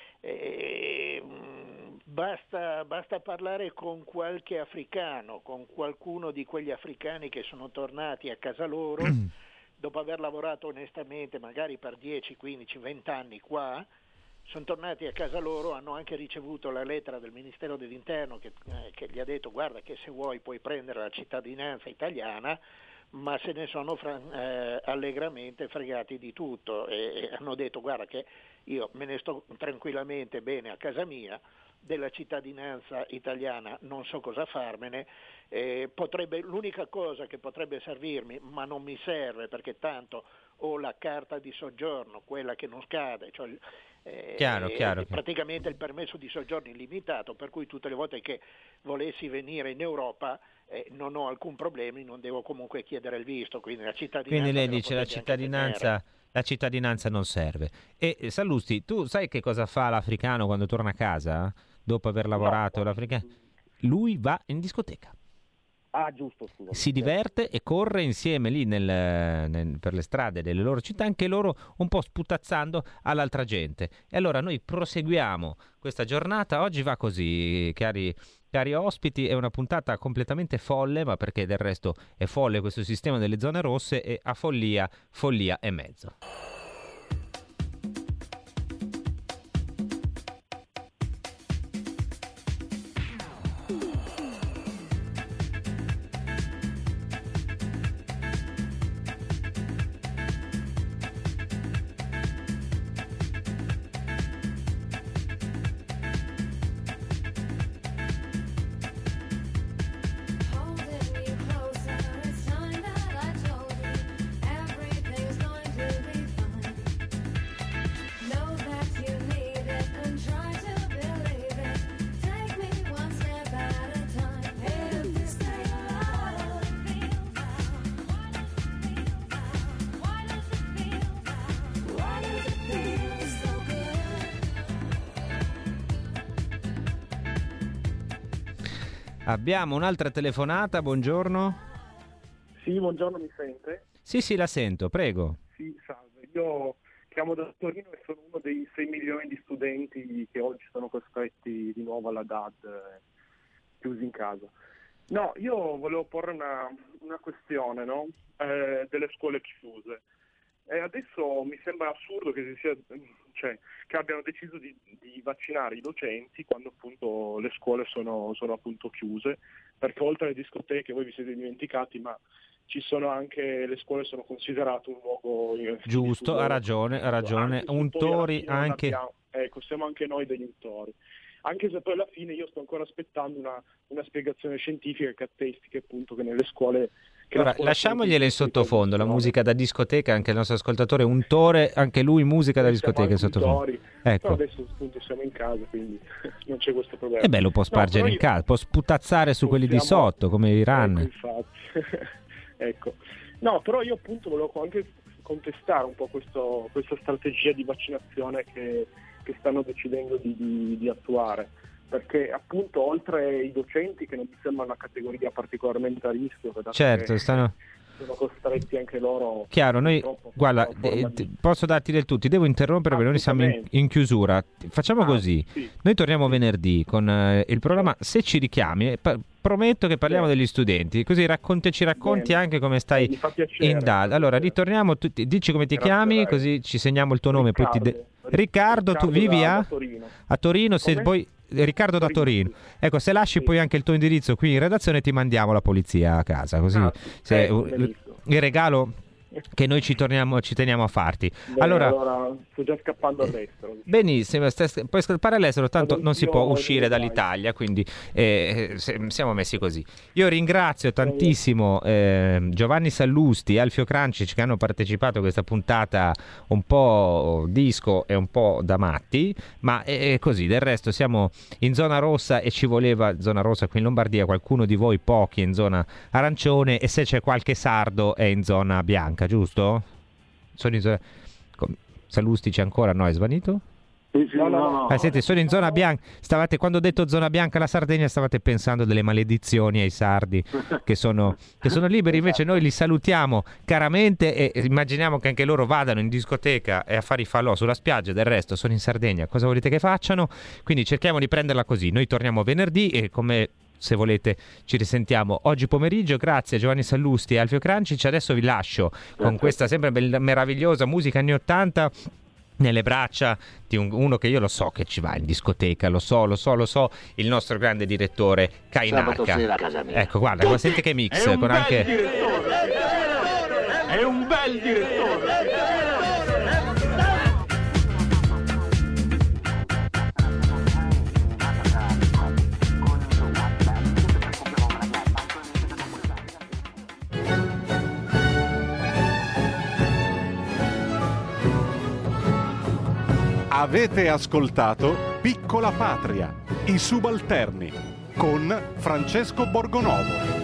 Speaker 15: eh, basta, basta parlare con qualche africano, con qualcuno di quegli africani che sono tornati a casa loro dopo aver lavorato onestamente magari per dieci, quindici, venti anni qua, sono tornati a casa loro, hanno anche ricevuto la lettera del Ministero dell'Interno che, eh, che gli ha detto guarda che se vuoi puoi prendere la cittadinanza italiana, ma se ne sono fra- eh, allegramente fregati di tutto e, e hanno detto guarda che io me ne sto tranquillamente bene a casa mia, della cittadinanza italiana non so cosa farmene, eh, potrebbe, l'unica cosa che potrebbe servirmi, ma non mi serve perché tanto ho la carta di soggiorno, quella che non scade, cioè eh,
Speaker 2: chiaro, chiaro.
Speaker 15: praticamente il permesso di soggiorno illimitato, per cui tutte le volte che volessi venire in Europa eh, non ho alcun problema, non devo comunque chiedere il visto, quindi la cittadinanza.
Speaker 2: Quindi lei
Speaker 15: me la
Speaker 2: dice la
Speaker 15: potete anche
Speaker 2: cittadinanza,
Speaker 15: tenere.
Speaker 2: la cittadinanza non serve. E eh, Sallusti, tu sai che cosa fa l'africano quando torna a casa? Dopo aver lavorato, l'africano? Lui va in discoteca.
Speaker 5: Ah, giusto, scusa.
Speaker 2: Si diverte e corre insieme lì nel, nel, per le strade delle loro città, anche loro un po' sputazzando all'altra gente. E allora noi proseguiamo questa giornata. Oggi va così, cari, cari ospiti, è una puntata completamente folle, ma perché del resto è folle questo sistema delle zone rosse, e a follia, follia e mezzo. Abbiamo un'altra telefonata, buongiorno.
Speaker 16: Sì, buongiorno, mi sente?
Speaker 2: Sì, sì, la sento, prego.
Speaker 16: Sì, salve. Io chiamo da Torino e sono uno dei sei milioni di studenti che oggi sono costretti di nuovo alla D A D, eh, chiusi in casa. No, io volevo porre una, una questione, no? Eh, delle scuole chiuse. E adesso mi sembra assurdo che si sia, cioè, che abbiano deciso di, di vaccinare i docenti quando appunto le scuole sono, sono appunto chiuse, perché oltre alle discoteche, voi vi siete dimenticati, ma ci sono anche, le scuole sono considerate un luogo
Speaker 2: giusto, ha ragione, ha ragione, untori anche,
Speaker 16: abbiamo, ecco, siamo anche noi degli untori, anche se poi alla fine io sto ancora aspettando una, una spiegazione scientifica che attesti che appunto che nelle scuole che
Speaker 2: Ora, lasciamogliela in sottofondo la musica da discoteca, anche il nostro ascoltatore untore, anche lui musica da discoteca in sottofondo.
Speaker 16: Ecco.
Speaker 2: Però
Speaker 16: adesso appunto siamo in casa, quindi non c'è questo problema.
Speaker 2: E beh, lo può spargere no, in casa, può sputazzare su quelli di sotto come Iran.
Speaker 16: Ecco, infatti. Ecco. No, però io appunto volevo anche contestare un po' questo, questa strategia di vaccinazione che, che stanno decidendo di, di, di attuare, perché appunto oltre i docenti, che non mi sembra una categoria particolarmente a rischio,
Speaker 2: certo, stanno
Speaker 16: sono costretti anche loro.
Speaker 2: Chiaro, noi guarda, eh, di... posso darti del tutto, ti devo interrompere perché noi siamo in, in chiusura. Facciamo ah, così, sì. Noi torniamo venerdì con eh, il programma Se ci richiami, eh, pa- prometto che parliamo Bene. degli studenti, così racconti, ci racconti Bene. anche come stai in D A D. Allora ritorniamo, tu, dici come ti Grazie chiami, lei. Così ci segniamo il tuo nome. Riccardo, poi ti de... Riccardo, Riccardo tu vivi da, a? Da Torino. A Torino, se poi Riccardo da Torino. Ecco, se lasci sì. poi anche il tuo indirizzo qui in redazione ti mandiamo la polizia a casa, così ah, se, ecco, il regalo che noi ci torniamo, ci teniamo a farti.
Speaker 16: Bene, allora, allora sto già scappando all'estero.
Speaker 2: Benissimo, stai, puoi scappare all'estero, tanto non, non si può uscire dall'Italia, quindi eh, se, siamo messi così. Io ringrazio tantissimo eh, Giovanni Sallusti e Alfio Crancic che hanno partecipato a questa puntata un po' disco e un po' da matti, ma è, è così, del resto siamo in zona rossa e ci voleva, zona rossa qui in Lombardia, qualcuno di voi, pochi, è in zona arancione, e se c'è qualche sardo è in zona bianca, giusto? Sono in zona... Sallusti c'è ancora? No, è svanito?
Speaker 6: Sì, sì, no, no, no.
Speaker 2: Eh, senti, sono in zona bianca. Stavate, quando ho detto zona bianca la Sardegna, stavate pensando delle maledizioni ai sardi che sono, che sono liberi. Invece noi li salutiamo caramente e immaginiamo che anche loro vadano in discoteca e a fare i falò sulla spiaggia. Del resto sono in Sardegna, cosa volete che facciano? Quindi cerchiamo di prenderla così. Noi torniamo venerdì e come... se volete ci risentiamo oggi pomeriggio. Grazie a Giovanni Sallusti e Alfio Crancic. Adesso vi lascio con questa sempre meravigliosa musica anni ottanta nelle braccia di un, uno che io lo so che ci va in discoteca, lo so, lo so, lo so, il nostro grande direttore Kainarca.
Speaker 7: Sabato sera a casa mia.
Speaker 2: Ecco, guarda, guarda, senti che mix
Speaker 17: È un
Speaker 2: con
Speaker 17: bel
Speaker 2: anche
Speaker 17: direttore. È un bel direttore.
Speaker 1: Avete ascoltato Piccola Patria, i subalterni, con Francesco Borgonovo.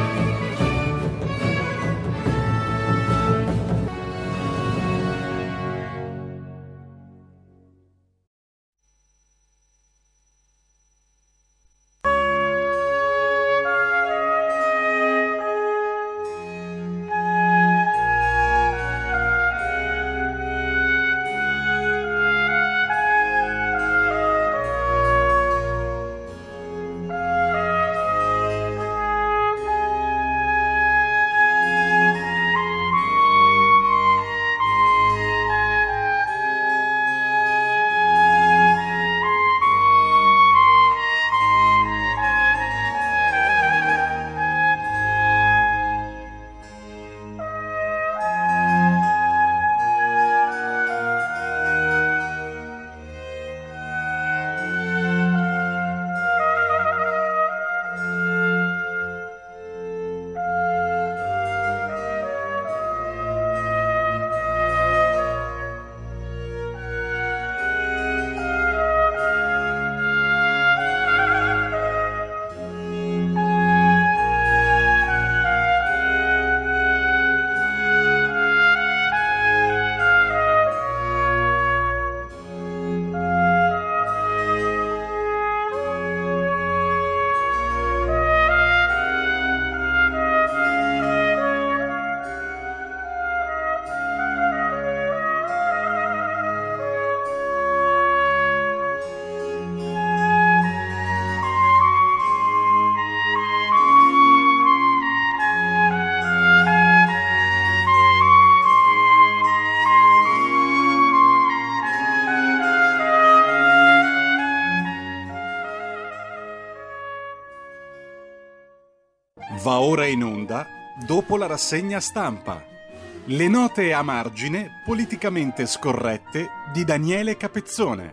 Speaker 18: Va ora in onda, dopo la rassegna stampa, le note a margine politicamente scorrette di Daniele Capezzone.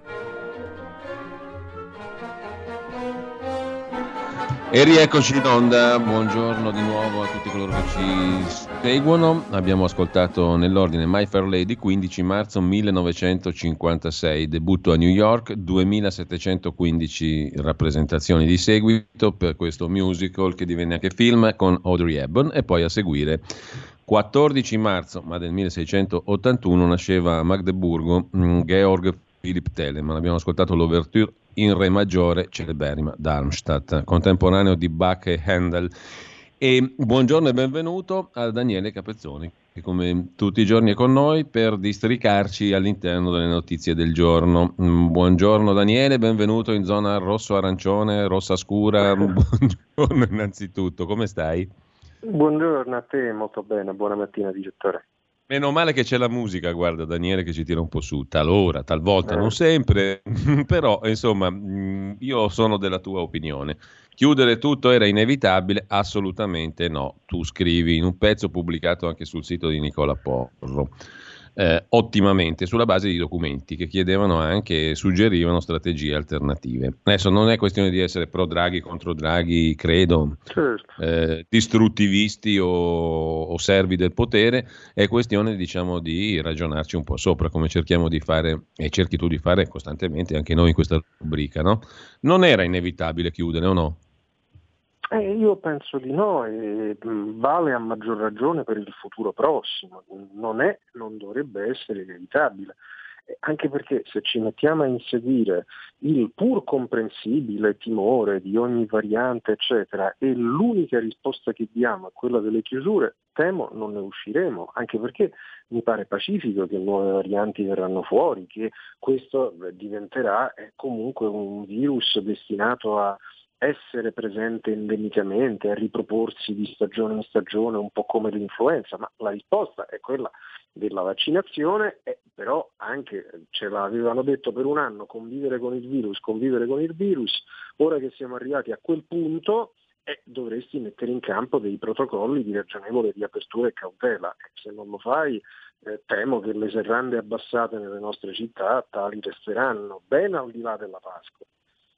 Speaker 19: E rieccoci in onda, buongiorno di nuovo a tutti coloro che ci seguono. Abbiamo ascoltato nell'ordine My Fair Lady, quindici marzo millenovecentocinquantasei, debutto a New York, duemilasettecentoquindici rappresentazioni di seguito per questo musical che divenne anche film con Audrey Hepburn, e poi a seguire quattordici marzo ma del milleseicentottantuno nasceva a Magdeburgo Georg Philipp Telemann. Abbiamo ascoltato l'ouverture in re maggiore, celeberrima, Darmstadt, contemporaneo di Bach e Handel. E buongiorno e benvenuto a Daniele Capezzoni, che come tutti i giorni è con noi per districarci all'interno delle notizie del giorno. Buongiorno Daniele, benvenuto in zona rosso-arancione, rossa scura. Buongiorno innanzitutto, come stai?
Speaker 20: Buongiorno a te, molto bene, buona mattina direttore.
Speaker 19: Meno male che c'è la musica, guarda Daniele, che ci tira un po' su, talora, talvolta,
Speaker 20: Eh.
Speaker 19: non sempre, però insomma io sono della tua opinione. Chiudere tutto era inevitabile? Assolutamente no. Tu scrivi in un pezzo pubblicato anche sul sito di Nicola Porro, eh, ottimamente, sulla base di documenti che chiedevano anche e suggerivano strategie alternative. Adesso non è questione di essere pro Draghi, contro Draghi, credo,
Speaker 20: Certo.
Speaker 19: eh, distruttivisti o, o servi del potere, è questione diciamo di ragionarci un po' sopra, come cerchiamo di fare e cerchi tu di fare costantemente anche noi in questa rubrica, no? Non era inevitabile chiudere o no?
Speaker 20: Eh, io penso di no, e mh, vale a maggior ragione per il futuro prossimo, non è, non dovrebbe essere inevitabile, eh, anche perché se ci mettiamo a inseguire il pur comprensibile timore di ogni variante eccetera e l'unica risposta che diamo è quella delle chiusure, temo non ne usciremo, anche perché mi pare pacifico che nuove varianti verranno fuori, che questo diventerà eh, comunque un virus destinato a essere presente endemicamente, a riproporsi di stagione in stagione, un po' come l'influenza, ma la risposta è quella della vaccinazione, e però anche ce l'avevano detto per un anno, convivere con il virus, convivere con il virus, ora che siamo arrivati a quel punto eh, dovresti mettere in campo dei protocolli di ragionevole riapertura e cautela, e se non lo fai eh, temo che le serrande abbassate nelle nostre città tali resteranno, ben al di là della Pasqua.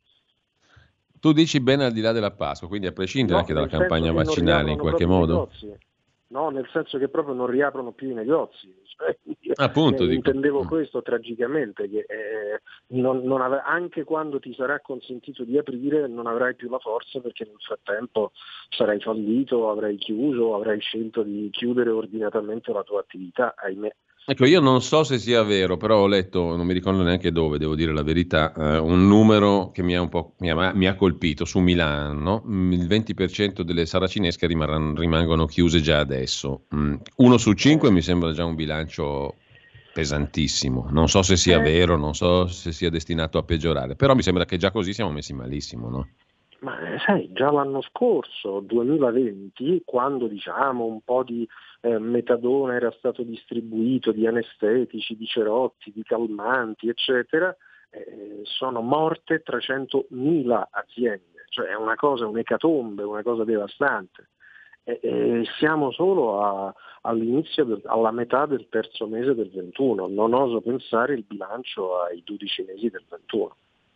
Speaker 19: Tu dici bene al di là della Pasqua, quindi a prescindere
Speaker 20: No,
Speaker 19: anche dalla
Speaker 20: nel senso
Speaker 19: campagna
Speaker 20: che non
Speaker 19: vaccinale in
Speaker 20: riaprono
Speaker 19: qualche
Speaker 20: proprio i
Speaker 19: modo?
Speaker 20: negozi. No, nel senso che proprio non riaprono più i negozi. Cioè,
Speaker 19: Appunto,
Speaker 20: eh,
Speaker 19: dico.
Speaker 20: intendevo questo tragicamente, che eh, non, non ave- anche quando ti sarà consentito di aprire non avrai più la forza, perché nel frattempo sarai fallito, avrai chiuso, avrai scelto di chiudere ordinatamente la tua attività, ahimè.
Speaker 19: Ecco, io non so se sia vero, però ho letto, non mi ricordo neanche dove, devo dire la verità, eh, un numero che mi ha un po' mi ha, mi ha colpito su Milano. Mm, il venti per cento delle saracinesche rimarranno, rimangono chiuse già adesso. Mm, uno su cinque mi sembra già un bilancio pesantissimo. Non so se sia
Speaker 20: Eh.
Speaker 19: vero, non so se sia destinato a peggiorare, però mi sembra che già così siamo messi malissimo, no?
Speaker 20: Ma eh, sai, già l'anno scorso, duemilaventi, quando diciamo un po' di eh, metadone era stato distribuito, di anestetici, di cerotti, di calmanti, eccetera, eh, sono morte trecentomila aziende, cioè è una cosa, un'ecatombe, una cosa devastante. E, e siamo solo a, all'inizio, del, alla metà del terzo mese del ventuno, non oso pensare il bilancio ai dodici mesi del ventuno.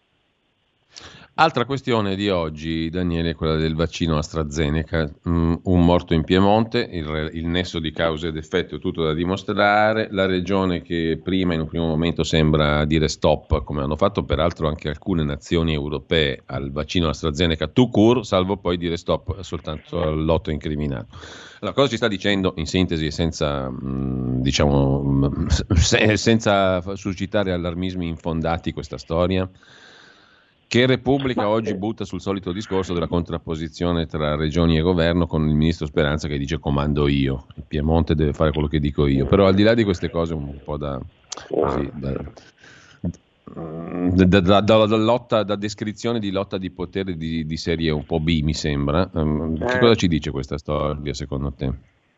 Speaker 19: Altra questione di oggi, Daniele, è quella del vaccino AstraZeneca. Mm, un morto in Piemonte, il, il nesso di causa ed effetto è tutto da dimostrare. La regione che prima in un primo momento sembra dire stop, come hanno fatto peraltro anche alcune nazioni europee al vaccino AstraZeneca tout court, salvo poi dire stop soltanto al lotto incriminato. Allora, cosa ci sta dicendo in sintesi e senza, mh, diciamo, mh, se, senza suscitare allarmismi infondati questa storia? Che Repubblica oggi butta sul solito discorso della contrapposizione tra regioni e governo, con il ministro Speranza che dice comando io, il Piemonte deve fare quello che dico io, però al di là di queste cose un po' da, così, da, da, da, da, da lotta, da descrizione di lotta di potere di, di serie un po' B, mi sembra. Um, che cosa ci dice questa storia secondo te?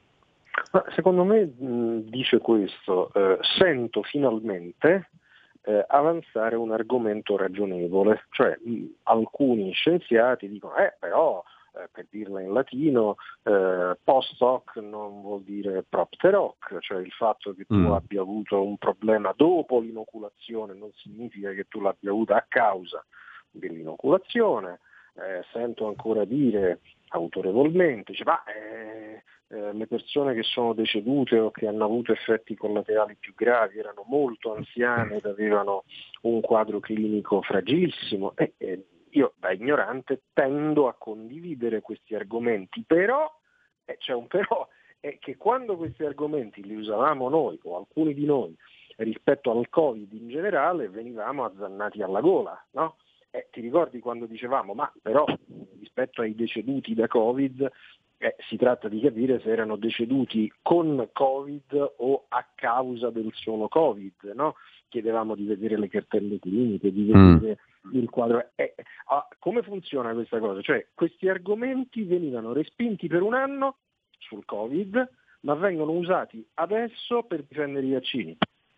Speaker 20: Ma secondo me mh, dice questo, eh, sento finalmente Eh, avanzare un argomento ragionevole, cioè mh, alcuni scienziati dicono eh però eh, per dirla in latino eh, post hoc non vuol dire propter hoc, cioè il fatto che tu
Speaker 19: mm.
Speaker 20: abbia avuto un problema dopo l'inoculazione non significa che tu l'abbia avuta a causa dell'inoculazione. Eh, sento ancora dire autorevolmente, cioè, ma eh, eh, le persone che sono decedute o che hanno avuto effetti collaterali più gravi erano molto anziane ed avevano un quadro clinico fragilissimo, e eh, io da ignorante tendo a condividere questi argomenti, però eh, c'è un però, è che quando questi argomenti li usavamo noi o alcuni di noi rispetto al Covid in generale venivamo azzannati alla gola, no? Eh, ti ricordi quando dicevamo ma però rispetto ai deceduti da Covid eh, si tratta di capire se erano deceduti con Covid o a causa del solo Covid, no? Chiedevamo di vedere le cartelle cliniche, di vedere mm. il quadro. Eh, ah, come funziona questa cosa? Cioè questi argomenti venivano respinti per un anno sul Covid, ma vengono usati adesso per difendere i vaccini.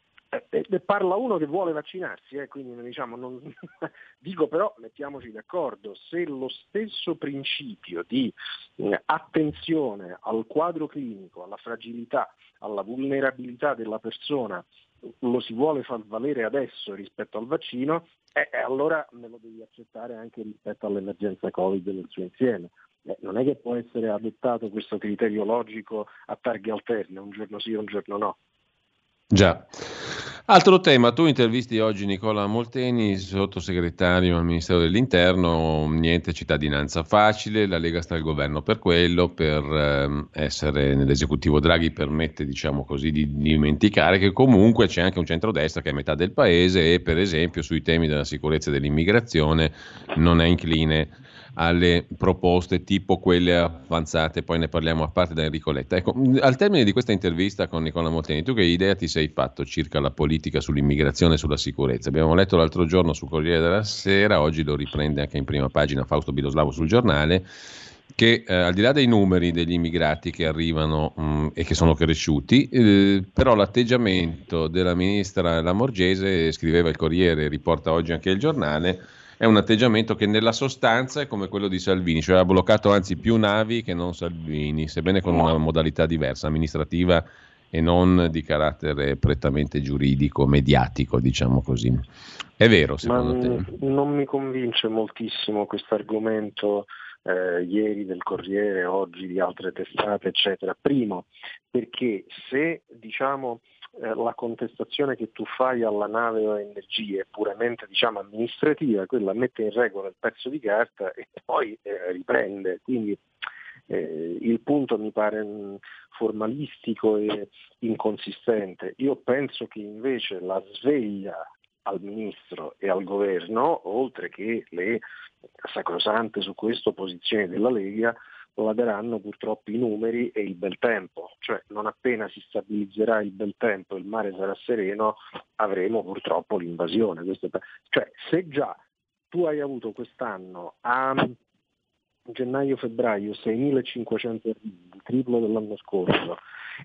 Speaker 20: E, e parla uno che vuole vaccinarsi, eh, quindi diciamo, non, dico però mettiamoci d'accordo, se lo stesso principio di eh, attenzione al quadro clinico, alla fragilità, alla vulnerabilità della persona lo si vuole far valere adesso rispetto al vaccino, eh, eh, allora me lo devi accettare anche rispetto all'emergenza Covid nel suo insieme. Eh, non è che può essere adottato questo criterio logico a targhe alterne, un giorno sì, un giorno no.
Speaker 19: Già. Altro tema, tu intervisti oggi Nicola Molteni, sottosegretario al Ministero dell'Interno, niente cittadinanza facile, la Lega sta al governo per quello, per ehm, essere nell'esecutivo Draghi permette, diciamo così, di dimenticare che comunque c'è anche un centrodestra che è metà del paese e per esempio sui temi della sicurezza e dell'immigrazione non è incline alle proposte tipo quelle avanzate, poi ne parliamo a parte da Enrico Letta. Ecco, al termine di questa intervista con Nicola Molteni, tu che idea ti sei fatto circa la politica sull'immigrazione e sulla sicurezza? Abbiamo letto l'altro giorno sul Corriere della Sera, oggi lo riprende anche in prima pagina Fausto Biloslavo sul Giornale, che eh, al di là dei numeri degli immigrati che arrivano mh, e che sono cresciuti, eh, però l'atteggiamento della ministra Lamorgese, scriveva il Corriere, riporta oggi anche il Giornale, è un atteggiamento che nella sostanza è come quello di Salvini, cioè ha bloccato anzi più navi che non Salvini, sebbene con una modalità diversa, amministrativa e non di carattere prettamente giuridico, mediatico, diciamo così. È vero, secondo
Speaker 20: Ma
Speaker 19: te?
Speaker 20: Non mi convince moltissimo questo argomento eh, ieri del Corriere, oggi di altre testate, eccetera. Primo, perché se diciamo la contestazione che tu fai alla nave O N G è puramente diciamo amministrativa, quella mette in regola il pezzo di carta e poi eh, riprende, quindi eh, il punto mi pare mh, formalistico e inconsistente. Io penso che invece la sveglia al ministro e al governo, oltre che le sacrosante su questo posizioni della Lega, la daranno purtroppo i numeri e il bel tempo, cioè non appena si stabilizzerà il bel tempo e il mare sarà sereno avremo purtroppo l'invasione. Questo è... Cioè se già tu hai avuto quest'anno a gennaio-febbraio seimilacinquecento arrivi, il triplo dell'anno scorso,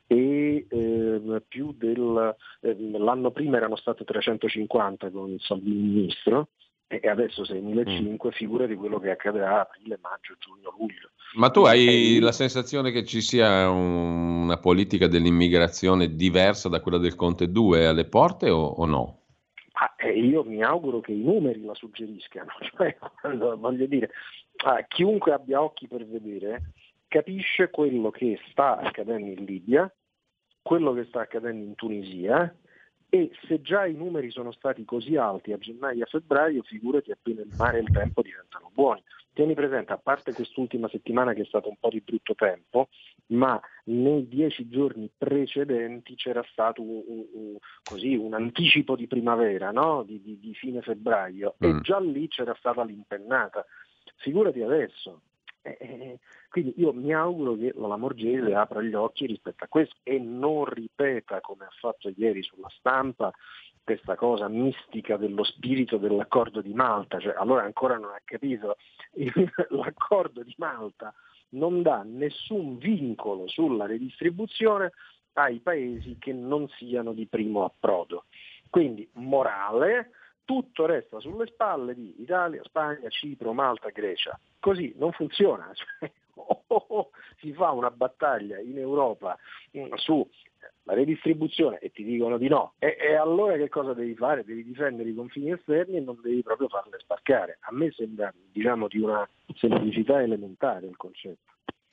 Speaker 20: e eh, più del eh, l'anno prima erano state trecentocinquanta con Salvini ministro, e adesso seimilacinquecento, figura di quello che accadrà a aprile, maggio, giugno, luglio.
Speaker 19: Ma tu hai la sensazione che ci sia un, una politica dell'immigrazione diversa da quella del Conte due alle porte o, o no?
Speaker 20: Ah, eh, io mi auguro che i numeri la suggeriscano, cioè, voglio dire, ah, chiunque abbia occhi per vedere capisce quello che sta accadendo in Libia, quello che sta accadendo in Tunisia. E se già i numeri sono stati così alti a gennaio e a febbraio, figurati appena il mare e il tempo diventano buoni. Tieni presente, a parte quest'ultima settimana che è stato un po' di brutto tempo, ma nei dieci giorni precedenti c'era stato un, un, un, così, un anticipo di primavera, no? di, di, di fine febbraio, mm. e già lì c'era stata l'impennata. Figurati adesso. Eh, eh, quindi io mi auguro che la Lamorgese apra gli occhi rispetto a questo e non ripeta, come ha fatto ieri sulla Stampa, questa cosa mistica dello spirito dell'accordo di Malta. Cioè, allora ancora non ha capito, l'accordo di Malta non dà nessun vincolo sulla redistribuzione ai paesi che non siano di primo approdo. Quindi morale, tutto resta sulle spalle di Italia, Spagna, Cipro, Malta, Grecia. Così non funziona. Cioè, oh, oh, oh, si fa una battaglia in Europa mh, su la redistribuzione e ti dicono di no. E, e allora che cosa devi fare? Devi difendere i confini esterni e non devi proprio farle sbarcare. A me sembra, diciamo, di una semplicità elementare il concetto.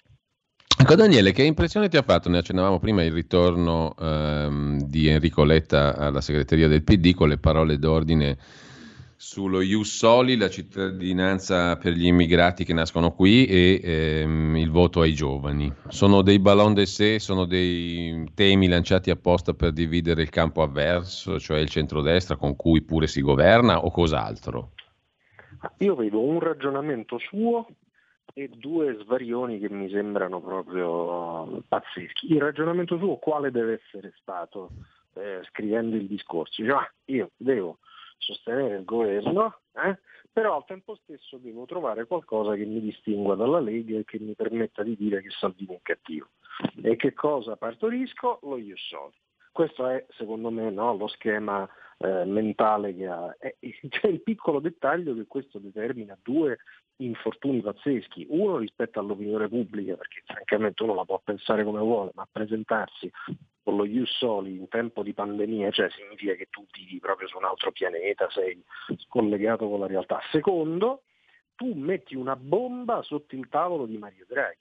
Speaker 19: Ecco Daniele, che impressione ti ha fatto? Ne accennavamo prima il ritorno ehm, di Enrico Letta alla segreteria del P D con le parole d'ordine sullo Ius Soli, la cittadinanza per gli immigrati che nascono qui e ehm, il voto ai giovani. Sono dei ballon d'essai, sono dei temi lanciati apposta per dividere il campo avverso, cioè il centrodestra con cui pure si governa, o cos'altro?
Speaker 20: Io vedo un ragionamento suo e due svarioni che mi sembrano proprio pazzeschi. Il ragionamento suo quale deve essere stato eh, scrivendo il discorso? Cioè, io devo sostenere il governo, eh, però al tempo stesso devo trovare qualcosa che mi distingua dalla Lega e che mi permetta di dire che Salvini è cattivo. E che cosa partorisco? Lo Ius Soli. Questo è, secondo me, no, lo schema eh, mentale che ha. E, c'è il piccolo dettaglio che questo determina due infortuni pazzeschi. Uno rispetto all'opinione pubblica, perché francamente uno la può pensare come vuole, ma presentarsi con lo Ius Soli in tempo di pandemia, cioè significa che tu vivi proprio su un altro pianeta, sei scollegato con la realtà. Secondo, tu metti una bomba sotto il tavolo di Mario Draghi.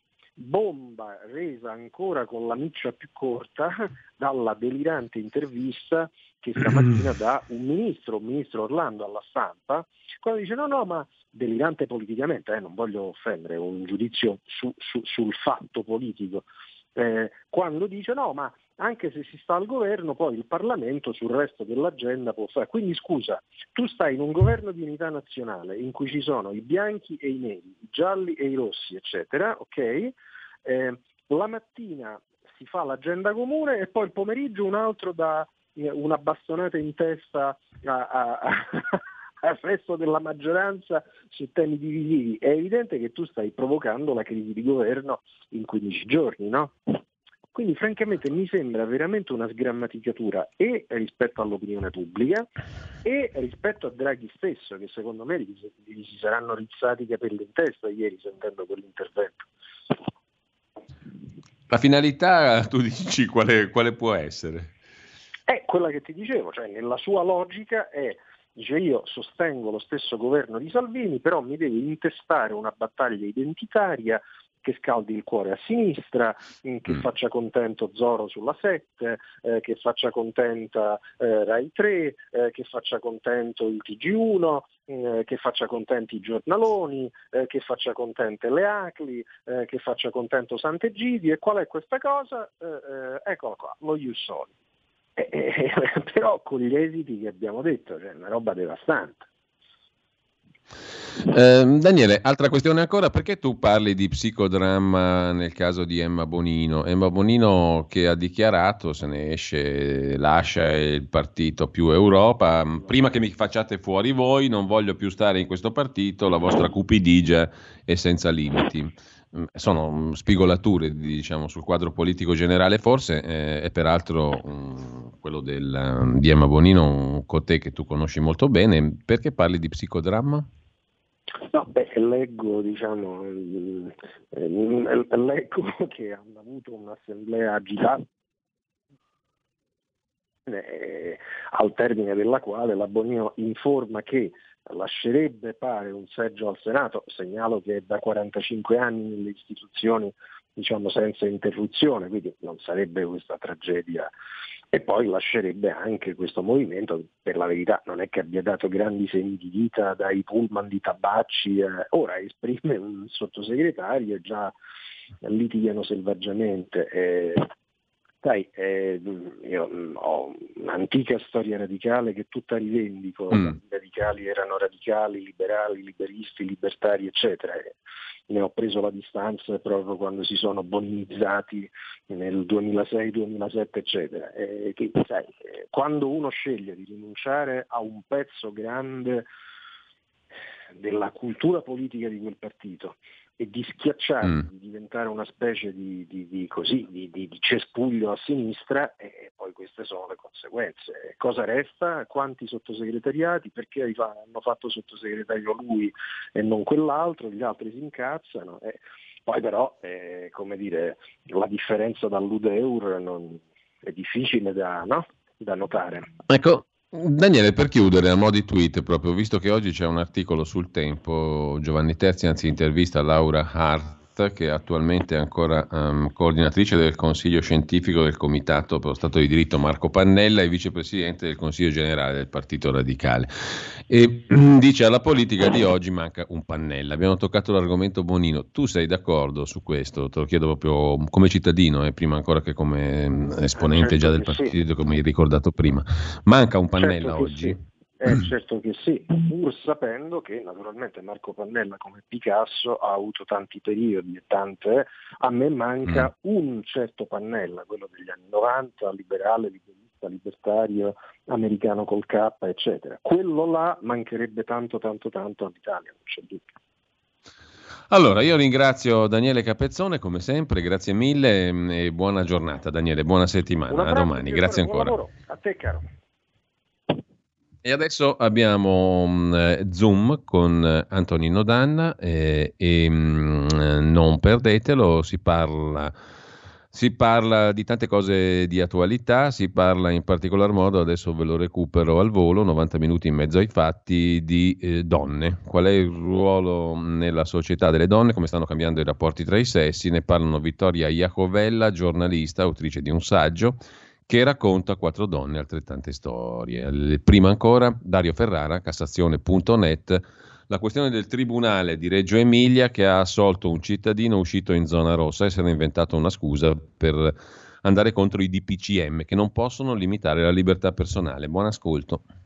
Speaker 20: Bomba resa ancora con la miccia più corta dalla delirante intervista che stamattina dà un ministro, un ministro Orlando alla Stampa, quando dice no no ma delirante politicamente, eh, non voglio offendere, un giudizio su, su, sul fatto politico, eh, quando dice no, ma anche se si sta al governo, poi il Parlamento sul resto dell'agenda può fare. Quindi scusa, tu stai in un governo di unità nazionale in cui ci sono i bianchi e i neri, i gialli e i rossi, eccetera, ok? Eh, la mattina si fa l'agenda comune e poi il pomeriggio un altro dà eh, una bastonata in testa a, a, a al resto della maggioranza su temi divisivi. È evidente che tu stai provocando la crisi di governo in quindici giorni, no? Quindi francamente mi sembra veramente una sgrammaticatura e rispetto all'opinione pubblica e rispetto a Draghi stesso, che secondo me gli, gli si saranno rizzati i capelli in testa ieri sentendo quell'intervento.
Speaker 19: La finalità, tu dici, quale, quale può essere?
Speaker 20: È quella che ti dicevo, cioè nella sua logica è, dice io sostengo lo stesso governo di Salvini, però mi devi intestare una battaglia identitaria che scaldi il cuore a sinistra, che mm. faccia contento Zoro sulla sette, eh, che faccia contenta eh, Rai tre, eh, che faccia contento il T G uno, eh, che faccia contenti i giornaloni, eh, che faccia contente le Acli, eh, che faccia contento Sant'Egidio. E qual è questa cosa? Eh, eh, eccola qua, lo Ius Soli. Eh, eh, però con gli esiti che abbiamo detto, cioè una roba devastante.
Speaker 19: Eh, Daniele, altra questione ancora, perché tu parli di psicodramma nel caso di Emma Bonino? Emma Bonino che ha dichiarato, se ne esce, lascia il partito Più Europa, prima che mi facciate fuori voi, non voglio più stare in questo partito, la vostra cupidigia è senza limiti. Sono spigolature, diciamo, sul quadro politico generale forse, eh, e peraltro um, quello del, di Emma Bonino, un cotè che tu conosci molto bene. Perché parli di psicodramma?
Speaker 20: No, beh, leggo, diciamo, eh, leggo che hanno avuto un'assemblea agitata, eh, al termine della quale la Bonino informa che lascerebbe, pare, un seggio al Senato. Segnalo che è da quarantacinque anni nelle istituzioni, diciamo, senza interruzione, quindi non sarebbe questa tragedia. E poi lascerebbe anche questo movimento, per la verità non è che abbia dato grandi segni di vita dai pullman di Tabacci, eh, ora esprime un sottosegretario e già litigano selvaggiamente. Eh, Sai, eh, io ho un'antica storia radicale che tutta rivendico, mm. i radicali erano radicali, liberali, liberisti, libertari, eccetera. E ne ho preso la distanza proprio quando si sono boninizzati nel duemilasei duemilasette, eccetera. E che, sai, quando uno sceglie di rinunciare a un pezzo grande della cultura politica di quel partito e di schiacciare, mm. di diventare una specie di, di, di, così, di, di, di cespuglio a sinistra, e poi queste sono le conseguenze. Cosa resta? Quanti sottosegretariati? Perché hanno fatto sottosegretario lui e non quell'altro? Gli altri si incazzano. E poi però, eh, come dire, la differenza dall'U D E U R non, è difficile da, no? da notare.
Speaker 19: Ecco, Daniele, per chiudere a mo' di tweet, proprio visto che oggi c'è un articolo sul Tempo, Giovanni Terzi anzi intervista Laura Hart, che attualmente è ancora um, coordinatrice del Consiglio Scientifico del Comitato per lo Stato di Diritto Marco Pannella e vicepresidente del Consiglio Generale del Partito Radicale. E dice: alla politica di oggi manca un Pannella. Abbiamo toccato l'argomento Bonino. Tu sei d'accordo su questo? Te lo chiedo proprio come cittadino e eh, prima ancora che come esponente certo già del partito, sì. Come hai ricordato prima. Manca un Pannella certo oggi?
Speaker 20: Sì. Eh, certo che sì, pur sapendo che naturalmente Marco Pannella, come Picasso, ha avuto tanti periodi e tante. A me manca mm. un certo Pannella, quello degli anni novanta, liberale, liberista, libertario, americano col K, eccetera. Quello là mancherebbe tanto tanto tanto all'Italia, non c'è dubbio.
Speaker 19: Allora, io ringrazio Daniele Capezzone come sempre, grazie mille e buona giornata Daniele, buona settimana, a domani, grazie ancora.
Speaker 20: Buon lavoro. A te caro.
Speaker 19: E adesso abbiamo um, Zoom con Antonino Danna eh, e um, non perdetelo, si parla, si parla di tante cose di attualità, si parla in particolar modo, adesso ve lo recupero al volo, novanta minuti in mezzo ai fatti, di eh, donne. Qual è il ruolo nella società delle donne, come stanno cambiando i rapporti tra i sessi, ne parlano Vittoria Iacovella, giornalista, autrice di un saggio, che racconta quattro donne altrettante storie. Prima ancora Dario Ferrara, Cassazione punto net, la questione del tribunale di Reggio Emilia che ha assolto un cittadino uscito in zona rossa e se ne è inventato una scusa per andare contro i D P C M che non possono limitare la libertà personale. Buon ascolto.